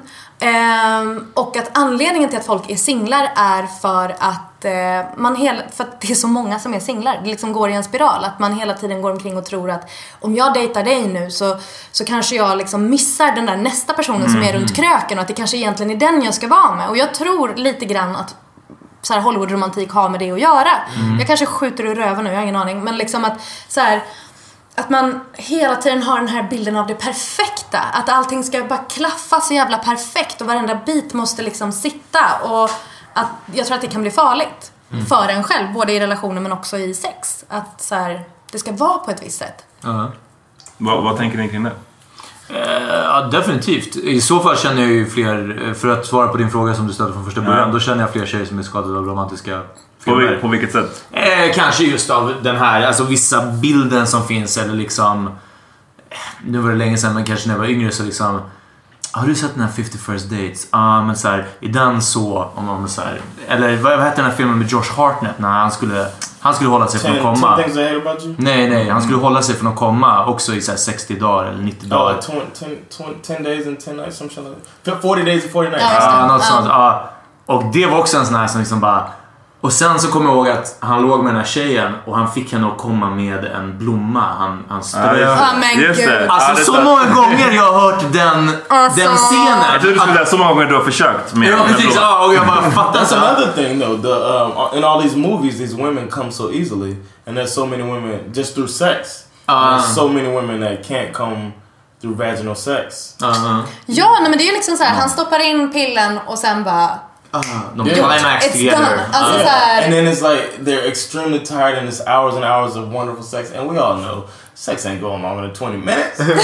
L: Och att anledningen till att folk är singlar är för att för att det är så många som är singlar. Det liksom går i en spiral. Att man hela tiden går omkring och tror att om jag dejtar dig nu så kanske jag liksom missar den där nästa personen som är runt kröken. Och att det kanske egentligen är den jag ska vara med. Och jag tror lite grann att så här, Hollywood-romantik har med det att göra. Jag kanske skjuter ur röven nu, jag har ingen aning. Men liksom att så här, att man hela tiden har den här bilden av det perfekta. Att allting ska bara klaffa så jävla perfekt. Och varenda bit måste liksom sitta. Och att jag tror att det kan bli farligt för en själv. Både i relationer men också i sex. Att så här, det ska vara på ett visst sätt.
M: Vad tänker ni kring det?
K: Ja, definitivt. I så fall känner jag ju fler, för att svara på din fråga som du ställde från första början, då känner jag fler tjejer som är skadade av romantiska filmer.
M: På vilket sätt?
K: Kanske just av den här, alltså vissa bilden som finns, eller liksom, nu var det länge sedan, men kanske när jag var yngre så liksom, har du sett den här 50 First Dates? Men så här, i den så, om man så här, eller vad hette den här filmen med Josh Hartnett när han skulle hålla sig från att komma.
I: 10 Things I Hate About You?
K: Nej, han skulle hålla sig från att komma också i så här 60 dagar eller 90 dagar.
I: 10 days and 10 nights, some shit like 40 days and 40 nights.
K: Något sånt. Och det var också en sån här som liksom bara... Och sen så kommer jag ihåg att han låg med den här tjejen och han fick henne att komma med en blomma. Han strök. Alltså så många gånger jag har hört den scenen.
M: Jag tror du skulle så många gånger du har försökt med.
K: Ja, precis. Och jag bara fattar.
I: That's another thing though. In all these movies, these women come so easily, and there's so many women just through sex. There's so many women that can't come through vaginal sex.
L: Ja, nej, men det är ju liksom så här, han stoppar in pillen och sen bara
K: de climax together.
I: And then it's like they're extremely tired and it's hours and hours of wonderful sex, and we all know sex ain't going longer than 20 minutes.
L: Nej,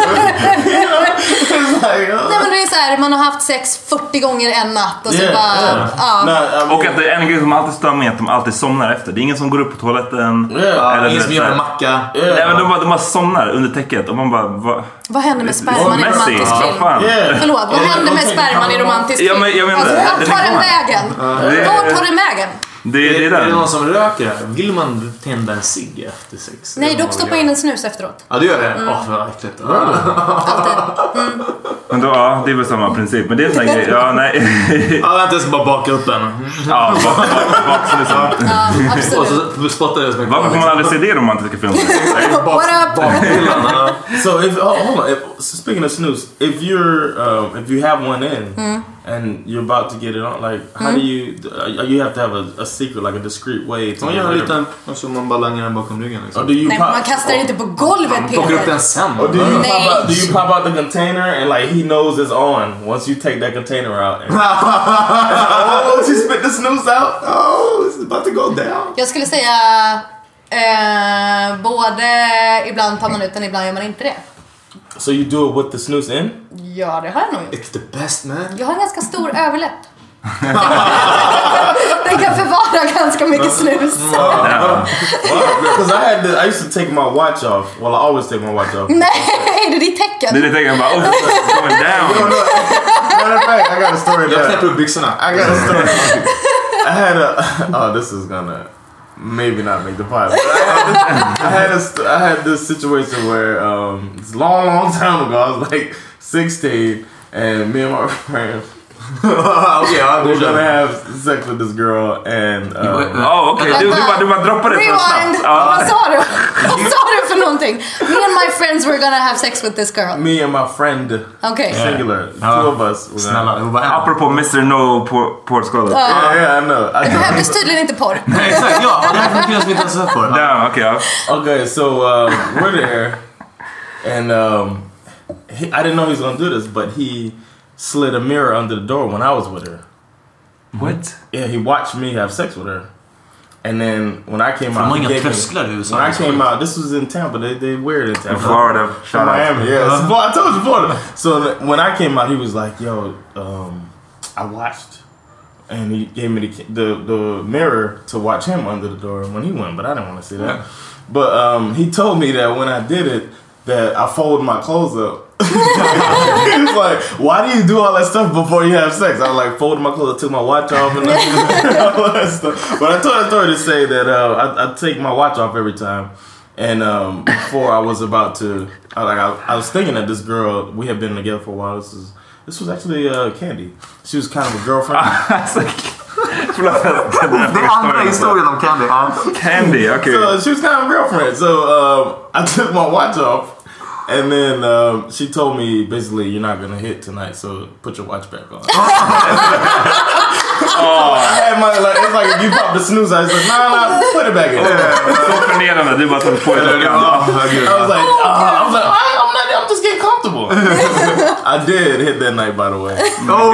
L: men det är så här, man har haft sex 40 gånger en natt och så
M: och att det är en grej som alltid stör med att de alltid somnar efter. Det är ingen som går upp på toaletten
K: eller ingen som gör en macka.
M: Nej, men de bara somnar under täcket och man bara
L: vad händer med sperman i romantisk film? Förlåt, vad händer med sperman i romantisk film? Vart tar den vägen? Vart tar den vägen?
K: Det är någon som röker här. Vill man tända en cigg efter sex?
L: Nej, dock stoppa in en snus efteråt.
K: Ja, det gör det. Vad äckligt.
L: Alltid.
M: Men då, ja, det är väl samma princip. Men det är en sån här grej. Ja, nej.
K: Ja, vänta, jag ska bara baka upp den.
M: Ja, absolut.
K: Och så spottar det som en
M: varför får man aldrig se det romantiska filmer?
I: So if hold on, speaking of snooze, if you have one in and you're about to get it on, like how do you have to have a secret, like a discreet way to
K: get it on? Och så man bara langar den bakom ryggen liksom.
L: Nej, man kastar inte på golvet, Peter.
K: Plockar upp den sen.
I: Or do you pop out the container and like he knows it's on once you take that container out? And oh, she spit the snooze out. Oh, it's about to go down.
L: Jag skulle säga både ibland tar man ut den, ibland gör man inte det.
I: So you do it with the snooze in?
L: Ja, det har jag nog gjort.
K: It's the best, man.
L: Jag har en ganska stor överläpp. Den kan förvara ganska mycket snus.
I: Because I used to take my watch off. Well, I always take my watch off.
L: Nej, det är ditt tecken.
M: Det är ditt tecken, bara, oh, it's going down.
I: Matter of fact, I got a story.
K: Jag knäpper upp byxorna.
I: I got a story. I had oh, this is gonna maybe not make the pot. But I had this situation where it's a long time ago. I was like 16, and me and my friends we're gonna have sex with this girl, and
M: okay. Du bara droppade det så snabbt.
L: Vad sa du? Vad sa du för någonting? Me and my friends were gonna have sex with this girl.
I: Me and my friend.
L: Okay.
I: Singular. Two of us.
M: Apropå Mr. No Portskålet.
I: Yeah, I know.
L: Det behövdes tydligen inte porr.
K: Nej, exakt. Ja, det här finns vi inte ens sett på.
I: Okay, so we're there, and I didn't know he was gonna do this, but he slid a mirror under the door when I was with her.
M: What?
I: Yeah, he watched me have sex with her. And then when I came out, when I came out, this was in Tampa. They weird in Tampa.
M: Florida.
I: From Miami, yeah. I told you, Florida. So when I came out, he was like, yo, I watched. And he gave me the mirror to watch him under the door when he went, but I didn't want to see that. But he told me that when I did it, that I folded my clothes up. He was like, why do you do all that stuff before you have sex? I was like, folded my clothes, I took my watch off and all that stuff. But I told that story to say that I take my watch off every time. And before I was about to, I was thinking that this girl, we had been together for a while. This was actually Candy. She was kind of a girlfriend.
K: Det andra historien om Candy.
M: Candy, okay.
I: So she was kind of a girlfriend. So I took my watch off. And then she told me, basically, you're not going to hit tonight, so put your watch back on. I had my, it's like if you pop the snooze, I was like, nah, put it back in.
M: Så förnedrande, du bara tog på det.
I: I was like, I'm just getting comfortable. I did hit that night, by the way.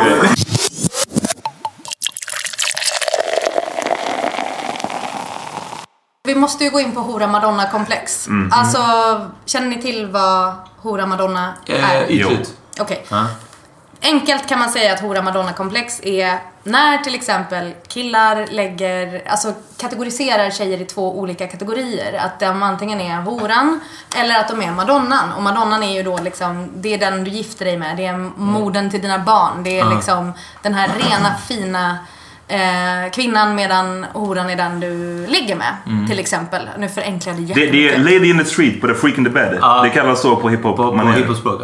L: Vi måste ju gå in på Hora Madonna-komplex. Alltså, känner ni till vad Hora Madonna är?
K: Ytligt.
L: Okej. Enkelt kan man säga att Hora Madonna-komplex är när till exempel killar kategoriserar tjejer i 2 olika kategorier. Att de antingen är horan eller att de är madonnan. Och madonnan är ju då liksom, det är den du gifter dig med. Det är modern till dina barn. Det är liksom den här rena, fina kvinnan, medan horan är den du ligger med, till exempel. Nu förenklar det jättemycket.
M: Det är Lady in the Street på The Freak in the Bed. Det kallas så på hiphop.
K: På hiphop-språk,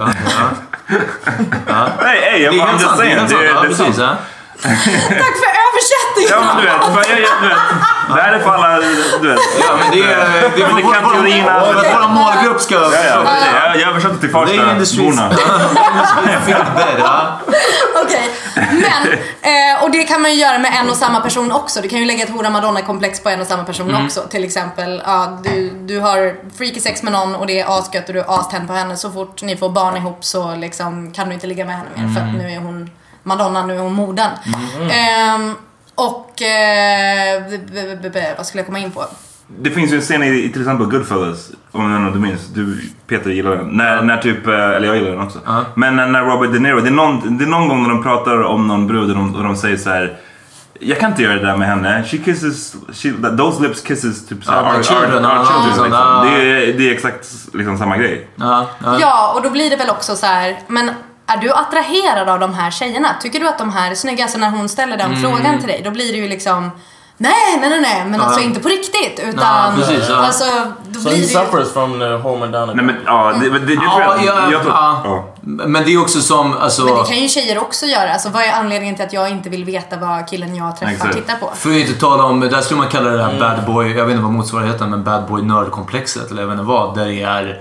M: Nej, I'm just saying. Det är sant.
L: Tack för översättningen.
M: Ja, men du vet. Det här är för alla, du vet.
K: Ja, men det kan teorierna. Våra målgrupp ska...
M: Jag översatte till Farsta-borna.
L: Okej, men och det kan man ju göra med en och samma person också. Du kan ju lägga ett Hora Madonna-komplex på en och samma person också. Till exempel, du har freaky sex med någon och det är asgött och du är aständ på henne. Så fort ni får barn ihop så liksom kan du inte ligga med henne mer, för att nu är hon Madonna, nu är hon moden. Vad skulle jag komma in på?
M: Det finns ju en scen i till exempel Goodfellas, om du minns. Du, Peter, gillar den. När typ, eller jag gillar den också. Men när Robert De Niro, det är någon gång när de pratar om någon brud och de säger så här: jag kan inte göra det där med henne. She kisses, those lips kisses typ our children. Det är exakt liksom samma grej.
L: Ja, och då blir det väl också så här, men är du attraherad av de här tjejerna? Tycker du att de här är snygga? Så när hon ställer den frågan till dig, då blir det ju liksom nej, men alltså inte på riktigt, utan
K: precis,
L: alltså, då
I: So he suffers from the whole Madonna.
M: Nej men ja, det tror jag.
K: Men det är också som alltså,
L: men det kan ju tjejer också göra. Alltså vad är anledningen till att jag inte vill veta vad killen jag träffar tittar på?
K: För att inte tala om, där skulle man kalla det här bad boy, jag vet inte vad motsvarigheten, men bad boy nördkomplexet eller jag vet inte vad, där det är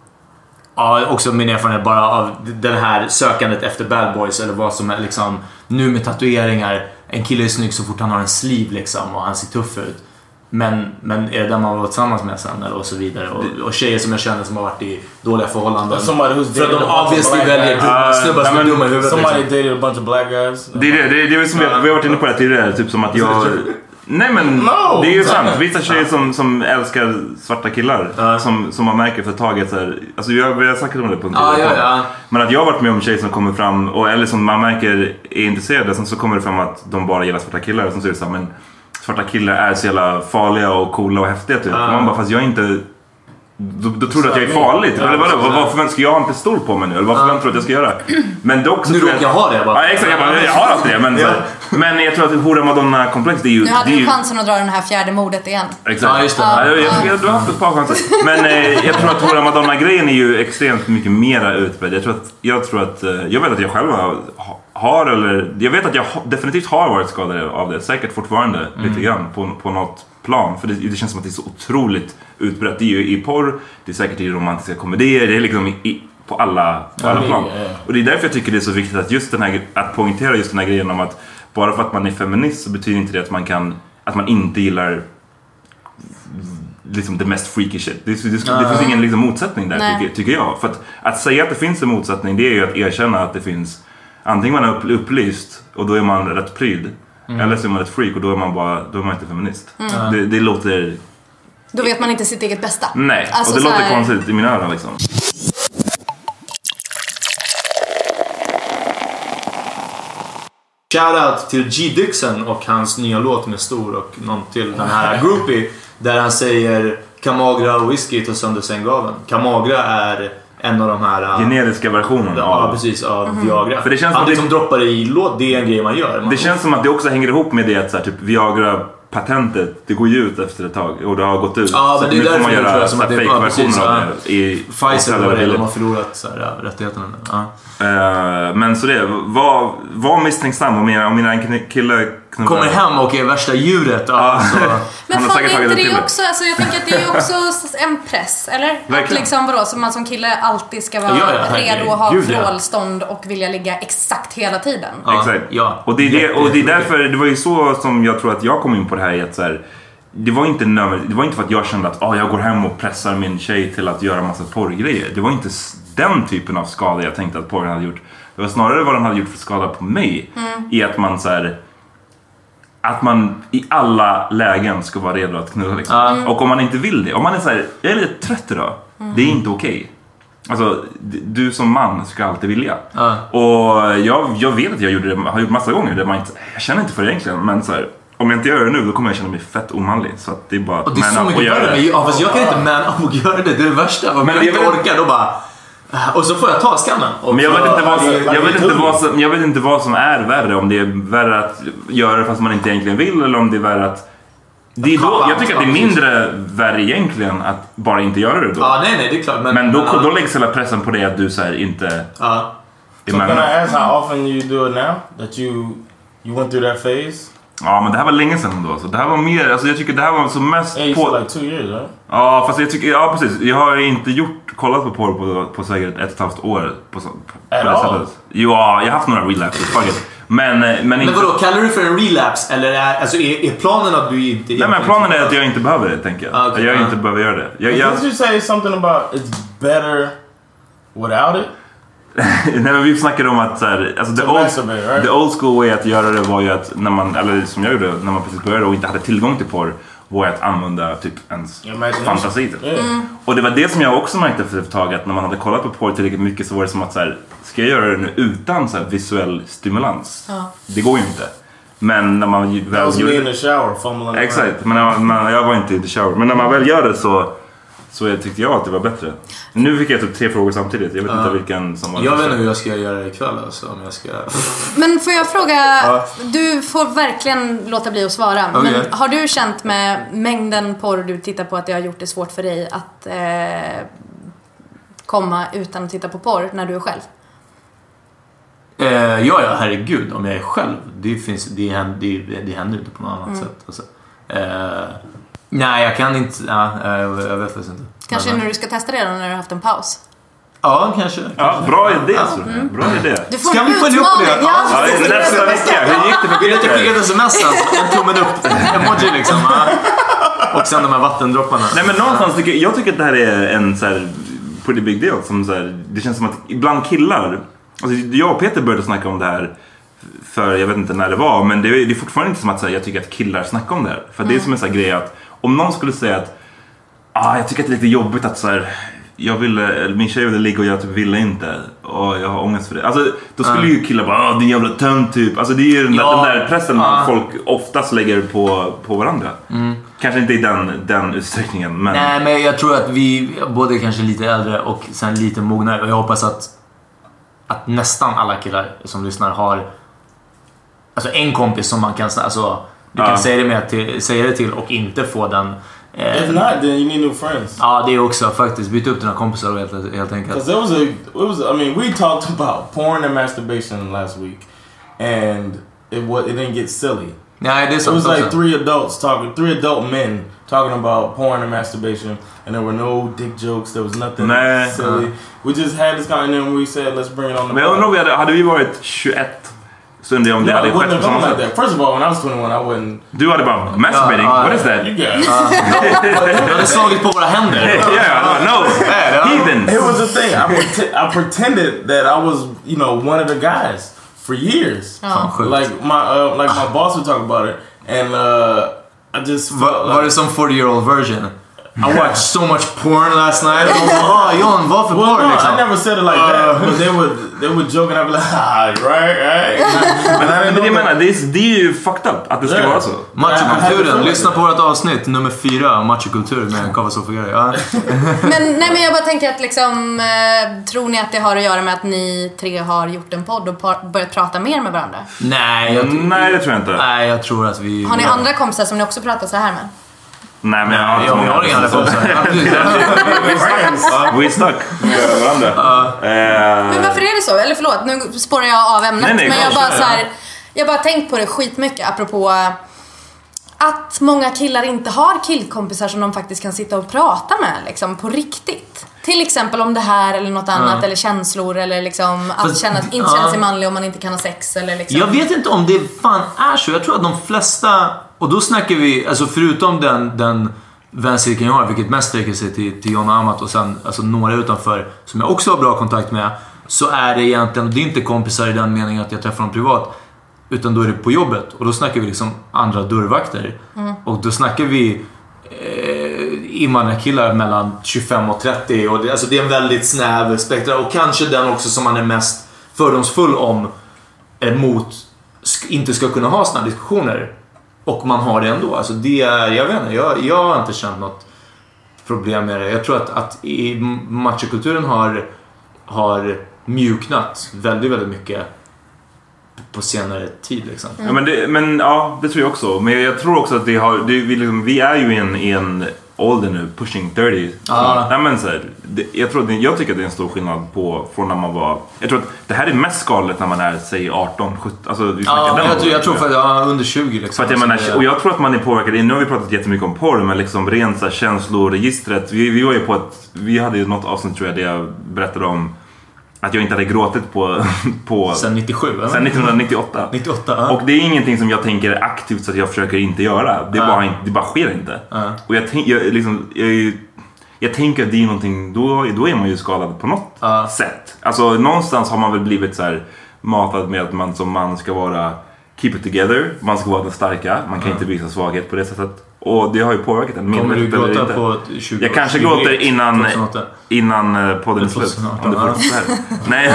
K: också min erfarenhet bara av den här sökandet efter bad boys eller vad som är liksom nu med tatueringar, en kille är snygg så fort han har en sleeve liksom och han ser tuff ut. Men är det där man var tillsammans med sen eller och så vidare och tjejer som jag känner som har varit i dåliga förhållanden för att de obviously väljer snubbar som är dumma i huvudet.
I: Somebody dated a bunch of black guys.
M: Det är som vi har varit inne på det tidigare, typ som att jag nej men det är ju sant. Vissa tjejer som älskar svarta killar som man märker för taget så här, alltså vi har sagt om det på en tid. Men att jag har varit med om tjejer som kommer fram och eller som man märker är intresserade, sen så kommer det fram att de bara gillar svarta killar och så är det så här, men svarta killar är så jävla farliga och coola och häftiga typ. Man bara, fast jag inte då tror du att jag är farlig. Eller varför ska jag ha en pistol på mig nu? Eller varför tror du att jag ska göra? Men dock så
K: nu råkar jag ha det bara.
M: Ja, exakt. Jag har alltid det. Men jag tror att Hora Madonna-komplex, det är ju...
L: Nu hade du chansen att dra den här fjärde mordet igen.
M: Exakt. Ja, just det. Du har haft ett par chanser. Men jag tror att Hora Madonna-grejen är ju extremt mycket mera utbredd. Jag vet att jag själv har, eller jag vet att jag definitivt har varit skadad av det. Säkert fortfarande lite grann på något plan. För det känns som att det är så otroligt utbrett. Det är ju i porr, det är säkert i romantiska komedier, det är liksom på alla plan. Och det är därför jag tycker det är så viktigt att just att poängtera just den här grejen om att bara för att man är feminist så betyder inte det att man inte gillar liksom det mest freaky shit. Det finns ingen liksom motsättning där tycker jag. För att säga att det finns en motsättning, det är ju att erkänna att det finns, antingen man är upplyst och då är man rätt pryd. Eller så är man ett freak och då är man inte feminist. Det låter...
L: Då vet man inte sitt eget bästa.
M: Nej, alltså, och det låter konstigt i mina öron liksom.
K: Shoutout till G. Dixon och hans nya låt med stor och någon till den här Groupie där han säger Kamagra och whisky tar sönder sänggaven. Kamagra är en av de här
M: generiska versionerna.
K: Ja, precis, av Viagra.
M: För det känns
K: som
M: att
K: liksom droppar i låt, det är en grej man gör.
M: Det känns som att det också hänger ihop med det att så här, typ Viagra-patentet, det går ju ut efter ett tag och det har gått ut.
K: Ja, men det är därför
M: man
K: jag tror som att det är
M: fake-versioner av det i
K: Pfizer eller de har förlorat så här, rättigheterna.
M: Men så det, var misstänksam om mina killar
K: kommer hem och är värsta djuret. Alltså.
L: Men fan, är inte det också, alltså jag tänker att det är också en press, eller? Verkligen. Att liksom vadå, som man som kille alltid ska vara redo att ha frålstånd och vilja ligga exakt hela tiden.
M: Exakt. Ja. Och det är därför, det var ju så som jag tror att jag kom in på det här, att så här, det var inte för att jag kände att jag går hem och pressar min tjej till att göra massa porrgrejer. Det var inte den typen av skada jag tänkte att porren hade gjort. Det var snarare vad den hade gjort för skada på mig. I att man så här, att man i alla lägen ska vara redo att knulla liksom. Och om man inte vill det, om man är så här, jag är lite trött idag, det är inte okej. Alltså, du som man ska alltid vilja. Och jag vet att jag har gjort massa gånger där jag känner inte för det egentligen, men så här, om jag inte gör det nu då kommer jag känna mig fett omanlig. Så att det är bara
K: och det är så mycket värre. Ja, fast jag kan inte man up och göra det. Det är det värsta. Om jag inte orkar då bara... Och så får jag ta skammen.
M: Men jag vet inte vad som är värre. Om det är värre att göra det fast man inte egentligen vill, eller om det är värre att... Det är då, jag tycker att det är mindre värre egentligen att bara inte göra det då.
K: Nej, det är klart.
M: Men då läggs hela pressen på det att du så här inte...
I: So can I ask how often you do it now? That you went through that phase?
M: Ja, men det här var länge sedan då. Så det här var mer, alltså jag tycker det här var så mest
I: på... like 2 years, right?
M: Ja, fast jag tycker, ja precis. Jag har inte kollat på porr på säkert 1,5 år på det sättet. Ja, jag har haft några relapses, men
K: vadå, kallar du för en relapse? Eller är planen att du inte...
M: Nej, men planen är att jag inte behöver det, tänker jag. Okay. Jag inte behöver göra det.
I: Did you say something about it's better without it?
M: Nej, men vi snackade om att så här, alltså the old school way att göra det var ju att när man, eller som jag gjorde när man precis började och inte hade tillgång till porr, var att använda typ ens fantasi. Och det var det som jag också märkte efter ett tag, att när man hade kollat på porr tillräckligt mycket så var det som att så här, ska jag göra det nu utan så här visuell stimulans? Det går ju inte. Men när man väl
I: in the shower,
M: exakt, men jag var inte i the shower. Men när man väl gör det så så tyckte jag att det var bättre. Nu fick jag typ 3 frågor samtidigt. Jag vet inte vilken som var.
K: Jag vet inte hur jag ska göra ikväll alltså, om jag ska...
L: Men får jag fråga, du får verkligen låta bli att svara.
K: Okay.
L: Men har du känt med mängden porr du tittar på att det har gjort det svårt för dig att komma utan att titta på porr när du är själv?
K: Ja, herregud, om jag är själv. Det händer inte på något annat sätt alltså. Nej, jag kan inte. Jag vet faktiskt inte.
L: Kanske när du ska testa det då, när du har haft en paus.
K: Ja, kanske.
M: Ja, bra idé alltså. Bra idé.
K: Ska vi följa upp det?
L: Ja,
M: nästa vecka. Hur gick det för
K: Peter? Jag fick ett sms alltså. En tummen upp. Emoji liksom. Och sen de här vattendropparna.
M: Nej, men någonstans jag tycker att det här är en så här pretty big deal. Som så här, det känns som att ibland killar... Alltså, jag och Peter började snacka om det här för jag vet inte när det var, men det är fortfarande inte som att jag tycker att killar snackar om det här. För det är som en sån här grej att om någon skulle säga att jag tycker att det är lite jobbigt att så här, min tjej ville ligga och jag typ ville inte och jag har ångest för det. Alltså då skulle ju killar bara din jävla tönt typ. Alltså det är ju den där pressen folk oftast lägger på varandra. Kanske inte i den utsträckningen, men...
K: Nej, men jag tror att vi både kanske lite äldre och sen lite mognare, och jag hoppas att nästan alla killar som lyssnar har alltså en kompis som man kan du kan säga det till och inte få den
I: if not then you need new friends.
K: Ja, det är också faktiskt byta upp dina kompisar helt enkelt.
I: Because it was I mean we talked about porn and masturbation last week and it didn't get silly.
K: Yeah, it is.
I: It was like three adult men talking about porn and masturbation, and there were no dick jokes. There was nothing silly. We just had this kind, and then we said, "Let's bring it on."
M: Men jag undrar om hade vi varit 21 så undrar jag om det hade skett på samma sätt.
I: First of all, when I was 21, I wouldn't.
M: Du hade bara masturbating. What is that?
I: You guys.
K: Jag hade slagit på våra händer.
M: Yeah, no. Heathens.
I: It was the thing. I pretended that I was, one of the guys for years. Like my boss would talk about it, and I just
K: var det som 40-year-old version? I watched so much porn last night. John, vad för porn liksom?
I: I never said it like that, but they would joke and I'd be like, right.
M: Men jag menar, det är ju fucked up att det ska vara så.
K: Machokulturen, lyssna på vårt avsnitt nummer 4, machokultur med Kavasofia.
L: Men jag bara tänker att liksom, tror ni att det har att göra med att ni 3 har gjort en podd och börjat prata mer med varandra?
K: Nej,
M: det tror jag inte.
K: Nej, jag tror att vi...
L: Har ni andra kompisar som ni också pratar så här med?
M: Nej, men
K: jag har inga andra kompisar.
M: We stuck med varandra.
L: Men varför är det så? Eller förlåt, nu spårar jag av ämnet. Men jag bara tänkt på det skitmycket apropå att många killar inte har killkompisar som de faktiskt kan sitta och prata med liksom, på riktigt. Till exempel om det här eller något annat, eller känslor, eller liksom att inte känna sig manlig om man inte kan ha sex eller liksom.
K: Jag vet inte om det fan är så. Jag tror att de flesta, och då snackar vi, alltså förutom den vänstercirkeln jag har, vilket mest sträcker sig till John och Amat och sen alltså några utanför som jag också har bra kontakt med, så är det egentligen, det är inte kompisar i den meningen att jag träffar dem privat, utan då är det på jobbet, och då snackar vi liksom andra dörrvakter, och då snackar vi invandrarkillar mellan 25 och 30, och alltså det är en väldigt snäv spektra, och kanske den också som man är mest fördomsfull om mot inte ska kunna ha såna diskussioner, och man har det ändå. Alltså det är, jag vet inte, jag har inte känt något problem med det. Jag tror att i machokulturen har mjuknat väldigt, väldigt mycket på senare tid liksom.
M: Ja, det tror jag också. Men jag tror också att vi är ju i en ålder nu, pushing 30. Nej, men så här, jag tycker att det är en stor skillnad från när man var... Jag tror att det här är mest galet när man är, säg 18, 17... Alltså,
K: jag tror för under 20 liksom.
M: För att jag menar, och jag tror att man är påverkad. Nu har vi pratat jättemycket om porr, men liksom rent så här, känsloregistret. Vi var ju vi hade ju något avsnitt tror jag där jag berättade om att jag inte hade gråtit på
K: sen 97 eller?
M: Sen 1998.
K: 98,
M: och det är ingenting som jag tänker aktivt så att jag försöker inte göra. Det bara sker inte. Och jag tänker att det är någonting, då är man ju skadad på något sätt. Alltså någonstans har man väl blivit så här matad med att man som man ska vara keep it together, man ska vara den starka, man kan inte visa svaghet på det sättet. Och det har ju påverkat en.
K: Kommer du gråta på 20
M: Jag kanske gråter innan podden är slut. Om det får så här. Nej.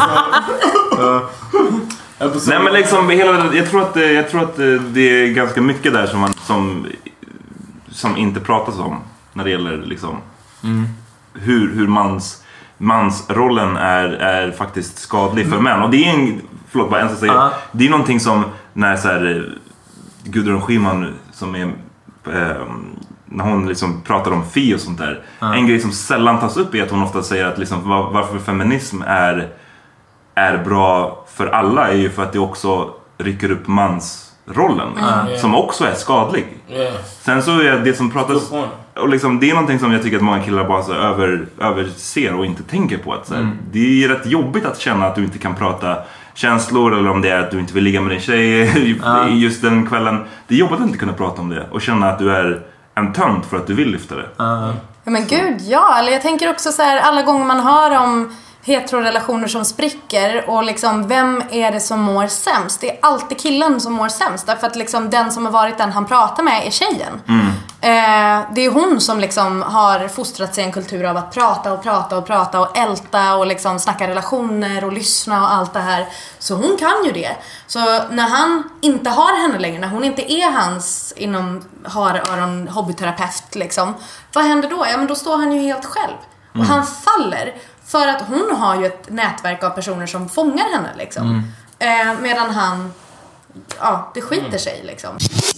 M: Nej, men liksom jag tror att det är ganska mycket där som inte pratas om när det gäller liksom hur mansrollen är faktiskt skadlig för män. Och det är bara en som säger, det är någonting som när så här, Gudrun Schyman som är när hon liksom pratar om fi och sånt där, en grej som sällan tas upp är att hon ofta säger att liksom, varför feminism är bra för alla är ju för att det också rycker upp mansrollen som också är skadlig. Sen så är det som pratas och liksom, det är någonting som jag tycker att många killar bara så överser och inte tänker på att så här, det är rätt jobbigt att känna att du inte kan prata känslor, eller om det är att du inte vill ligga med din tjej just den kvällen. Det är jobbigt att inte kunna prata om det och känna att du är en tönt för att du vill lyfta det.
L: Ja, men gud, ja. Eller jag tänker också så här, alla gånger man hör om heterorelationer som spricker och liksom, vem är det som mår sämst? Det är alltid killen som mår sämst, därför att liksom, den som har varit den han pratar med är tjejen. Det är hon som liksom har fostrat sig en kultur av att prata och älta och liksom snacka relationer och lyssna och allt det här. Så hon kan ju det. Så när han inte har henne längre, när hon inte är hans öron hobbyterapeut liksom, vad händer då? Ja, men då står han ju helt själv. Och han faller för att hon har ju ett nätverk av personer som fångar henne liksom. Medan han det skiter sig liksom.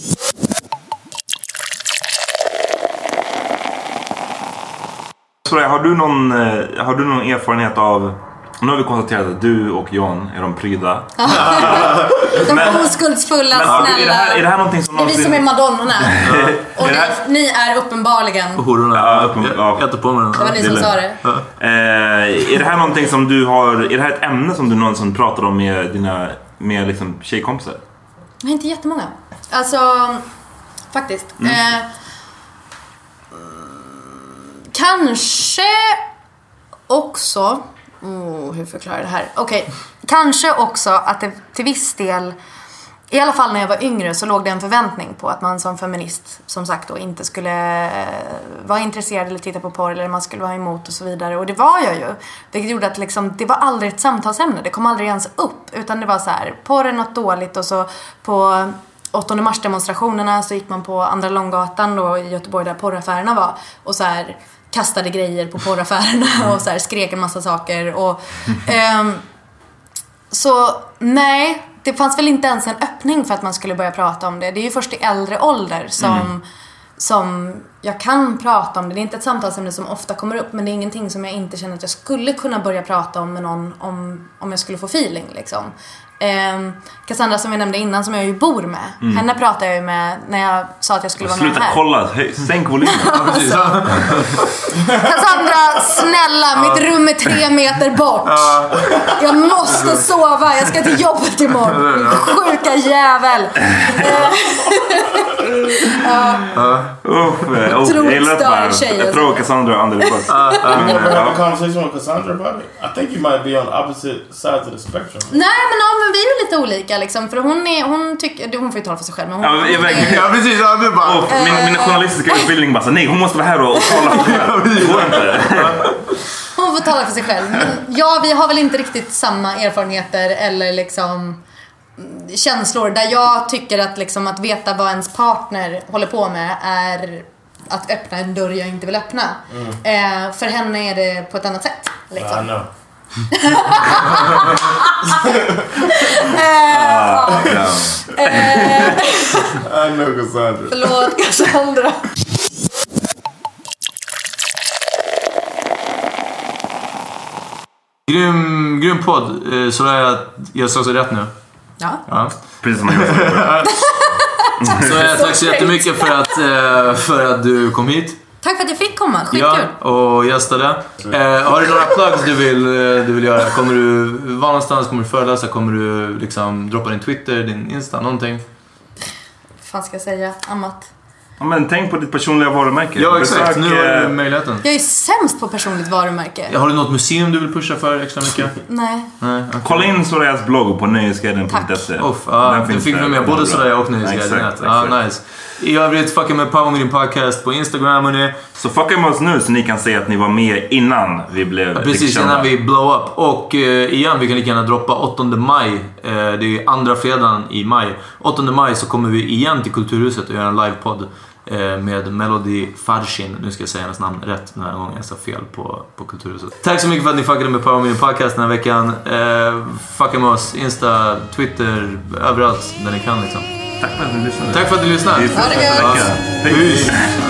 M: Har du någon erfarenhet av, nu har vi konstaterat att du och John är de pryda.
L: De oskuldsfulla, snälla.
M: Är det här någonting som
L: någonsin... Det är vi som är madonnorna. Och ni är uppenbarligen
K: hororna.
M: Jag
K: tar på mig den.
L: Det var ni som sa det.
M: Är det här någonting som du har, är det här ett ämne som du någonsin pratar om med liksom tjejkompisar?
L: Nej, inte jättemånga. Alltså, faktiskt. Kanske också... hur förklarar jag det här? Okej. Kanske också att det till viss del, i alla fall när jag var yngre, så låg det en förväntning på att man som feminist, som sagt då, inte skulle vara intresserad eller titta på porr, eller man skulle vara emot och så vidare. Och det var jag ju. Vilket gjorde att liksom, det var aldrig ett samtalsämne. Det kom aldrig ens upp. Utan det var så här, porr är något dåligt. Och så på 8 mars-demonstrationerna så gick man på Andra Långgatan då i Göteborg, där porraffärerna var. Och så här kastade grejer på porraffärerna och så här skrek en massa saker. Och, så nej, det fanns väl inte ens en öppning för att man skulle börja prata om det. Det är ju först i äldre ålder som jag kan prata om det. Det är inte ett samtalsämne som ofta kommer upp, men det är ingenting som jag inte känner att jag skulle kunna börja prata om med någon om jag skulle få feeling liksom. Cassandra som vi nämnde innan, som jag ju bor med, henne pratade jag ju med när jag sa att jag skulle vara med här.
M: Sluta kolla, sänk volymen.
L: Cassandra, snälla, mitt rum är 3 meter bort. Jag måste sova, jag ska till jobbet imorgon. Sjuka jävel.
M: Jag tror Cassandra under the bus.
I: You never have a conversation with Cassandra about it? I think you might be on opposite sides of the spectrum.
L: Nej, men vi är ju lite olika liksom, för hon tycker, hon får ju tala för sig själv, men hon
K: precis,
M: min journalistiska utbildning bara, nej, hon måste vara här och tala för sig själv.
L: Hon får tala för sig själv. Men vi har väl inte riktigt samma erfarenheter eller liksom känslor, där jag tycker att liksom, att veta vad ens partner håller på med är att öppna en dörr jag inte vill öppna. För henne är det på ett annat sätt liksom.
I: I know Cassandra.
L: Förlåt Cassandra.
K: Grym podd. Så jag sa så rätt nu.
L: Ja.
M: Precis som jag sa.
K: Så tack så jättemycket för att du kom hit.
L: Tack för att jag fick komma, skitkul.
K: Ja, och gästade. Har du några plugs du vill göra? Kommer du vara någonstans? Kommer du föreläsa? Kommer du liksom droppa din Twitter, din Insta, någonting?
L: Vad fan ska jag säga? Amat.
M: Ja, men tänk på ditt personliga varumärke.
K: Ja, exakt. Nu har du möjligheten.
L: Jag är sämst på personligt varumärke.
K: Har du något museum du vill pusha för extra mycket?
L: Nej.
K: Okay.
M: Kolla in Sorayas blogg på nöjesguiden.se.
K: Den fick vi med både Soraya och Nöjesguiden. Nice. I övrigt, fucka med Power Meeting Podcast på Instagram och det.
M: Så fucka med oss nu så ni kan se att ni var med innan vi blev
K: precis, innan vi blow up. Och igen, vi kan lika gärna droppa 8 maj. Det är andra fredagen i maj. 8 maj så kommer vi igen till Kulturhuset och göra en livepodd. med Melody Farshin. Nu ska jag säga hennes namn rätt den här gången. Jag sa fel på Kulturhuset. Tack så mycket för att ni fuckade med Power Meeting Podcast den här veckan. Fucka med oss, Insta, Twitter, överallt där ni kan liksom.
M: Tack för att ni lyssnade.
K: Tack för att du lyssnade.
M: Ha det gött. Hej.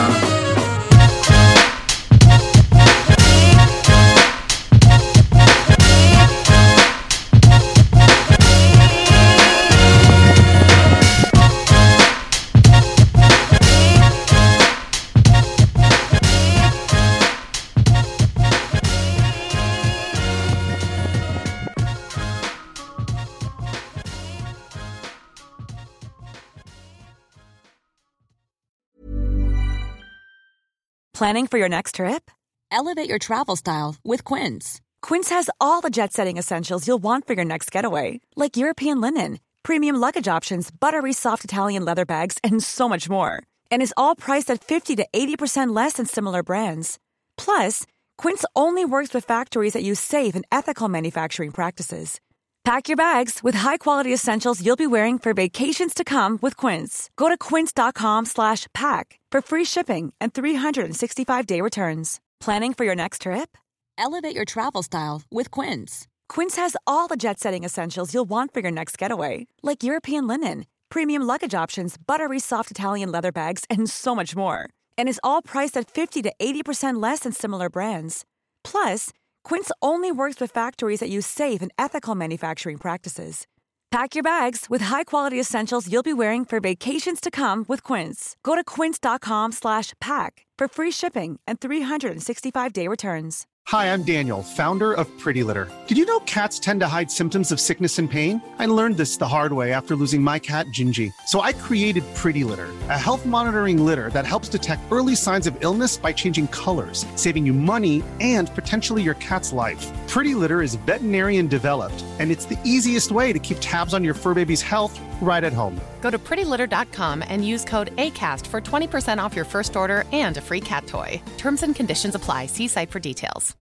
O: Planning for your next trip? Elevate your travel style with Quince. Quince has all the jet-setting essentials you'll want for your next getaway, like European linen, premium luggage options, buttery soft Italian leather bags, and so much more. And is all priced at 50 to 80% less than similar brands. Plus, Quince only works with factories that use safe and ethical manufacturing practices. Pack your bags with high-quality essentials you'll be wearing for vacations to come with Quince. Go to quince.com/pack for free shipping and 365-day returns. Planning for your next trip? Elevate your travel style with Quince. Quince has all the jet-setting essentials you'll want for your next getaway, like European linen, premium luggage options, buttery soft Italian leather bags, and so much more. And is all priced at 50 to 80% less than similar brands. Plus, Quince only works with factories that use safe and ethical manufacturing practices. Pack your bags with high-quality essentials you'll be wearing for vacations to come with Quince. Go to quince.com/pack for free shipping and 365-day returns.
P: Hi, I'm Daniel, founder of Pretty Litter. Did you know cats tend to hide symptoms of sickness and pain? I learned this the hard way after losing my cat, Gingy. So I created Pretty Litter, a health monitoring litter that helps detect early signs of illness by changing colors, saving you money and potentially your cat's life. Pretty Litter is veterinarian developed, and it's the easiest way to keep tabs on your fur baby's health right at home.
Q: Go to prettylitter.com and use code ACAST for 20% off your first order and a free cat toy. Terms and conditions apply. See site for details.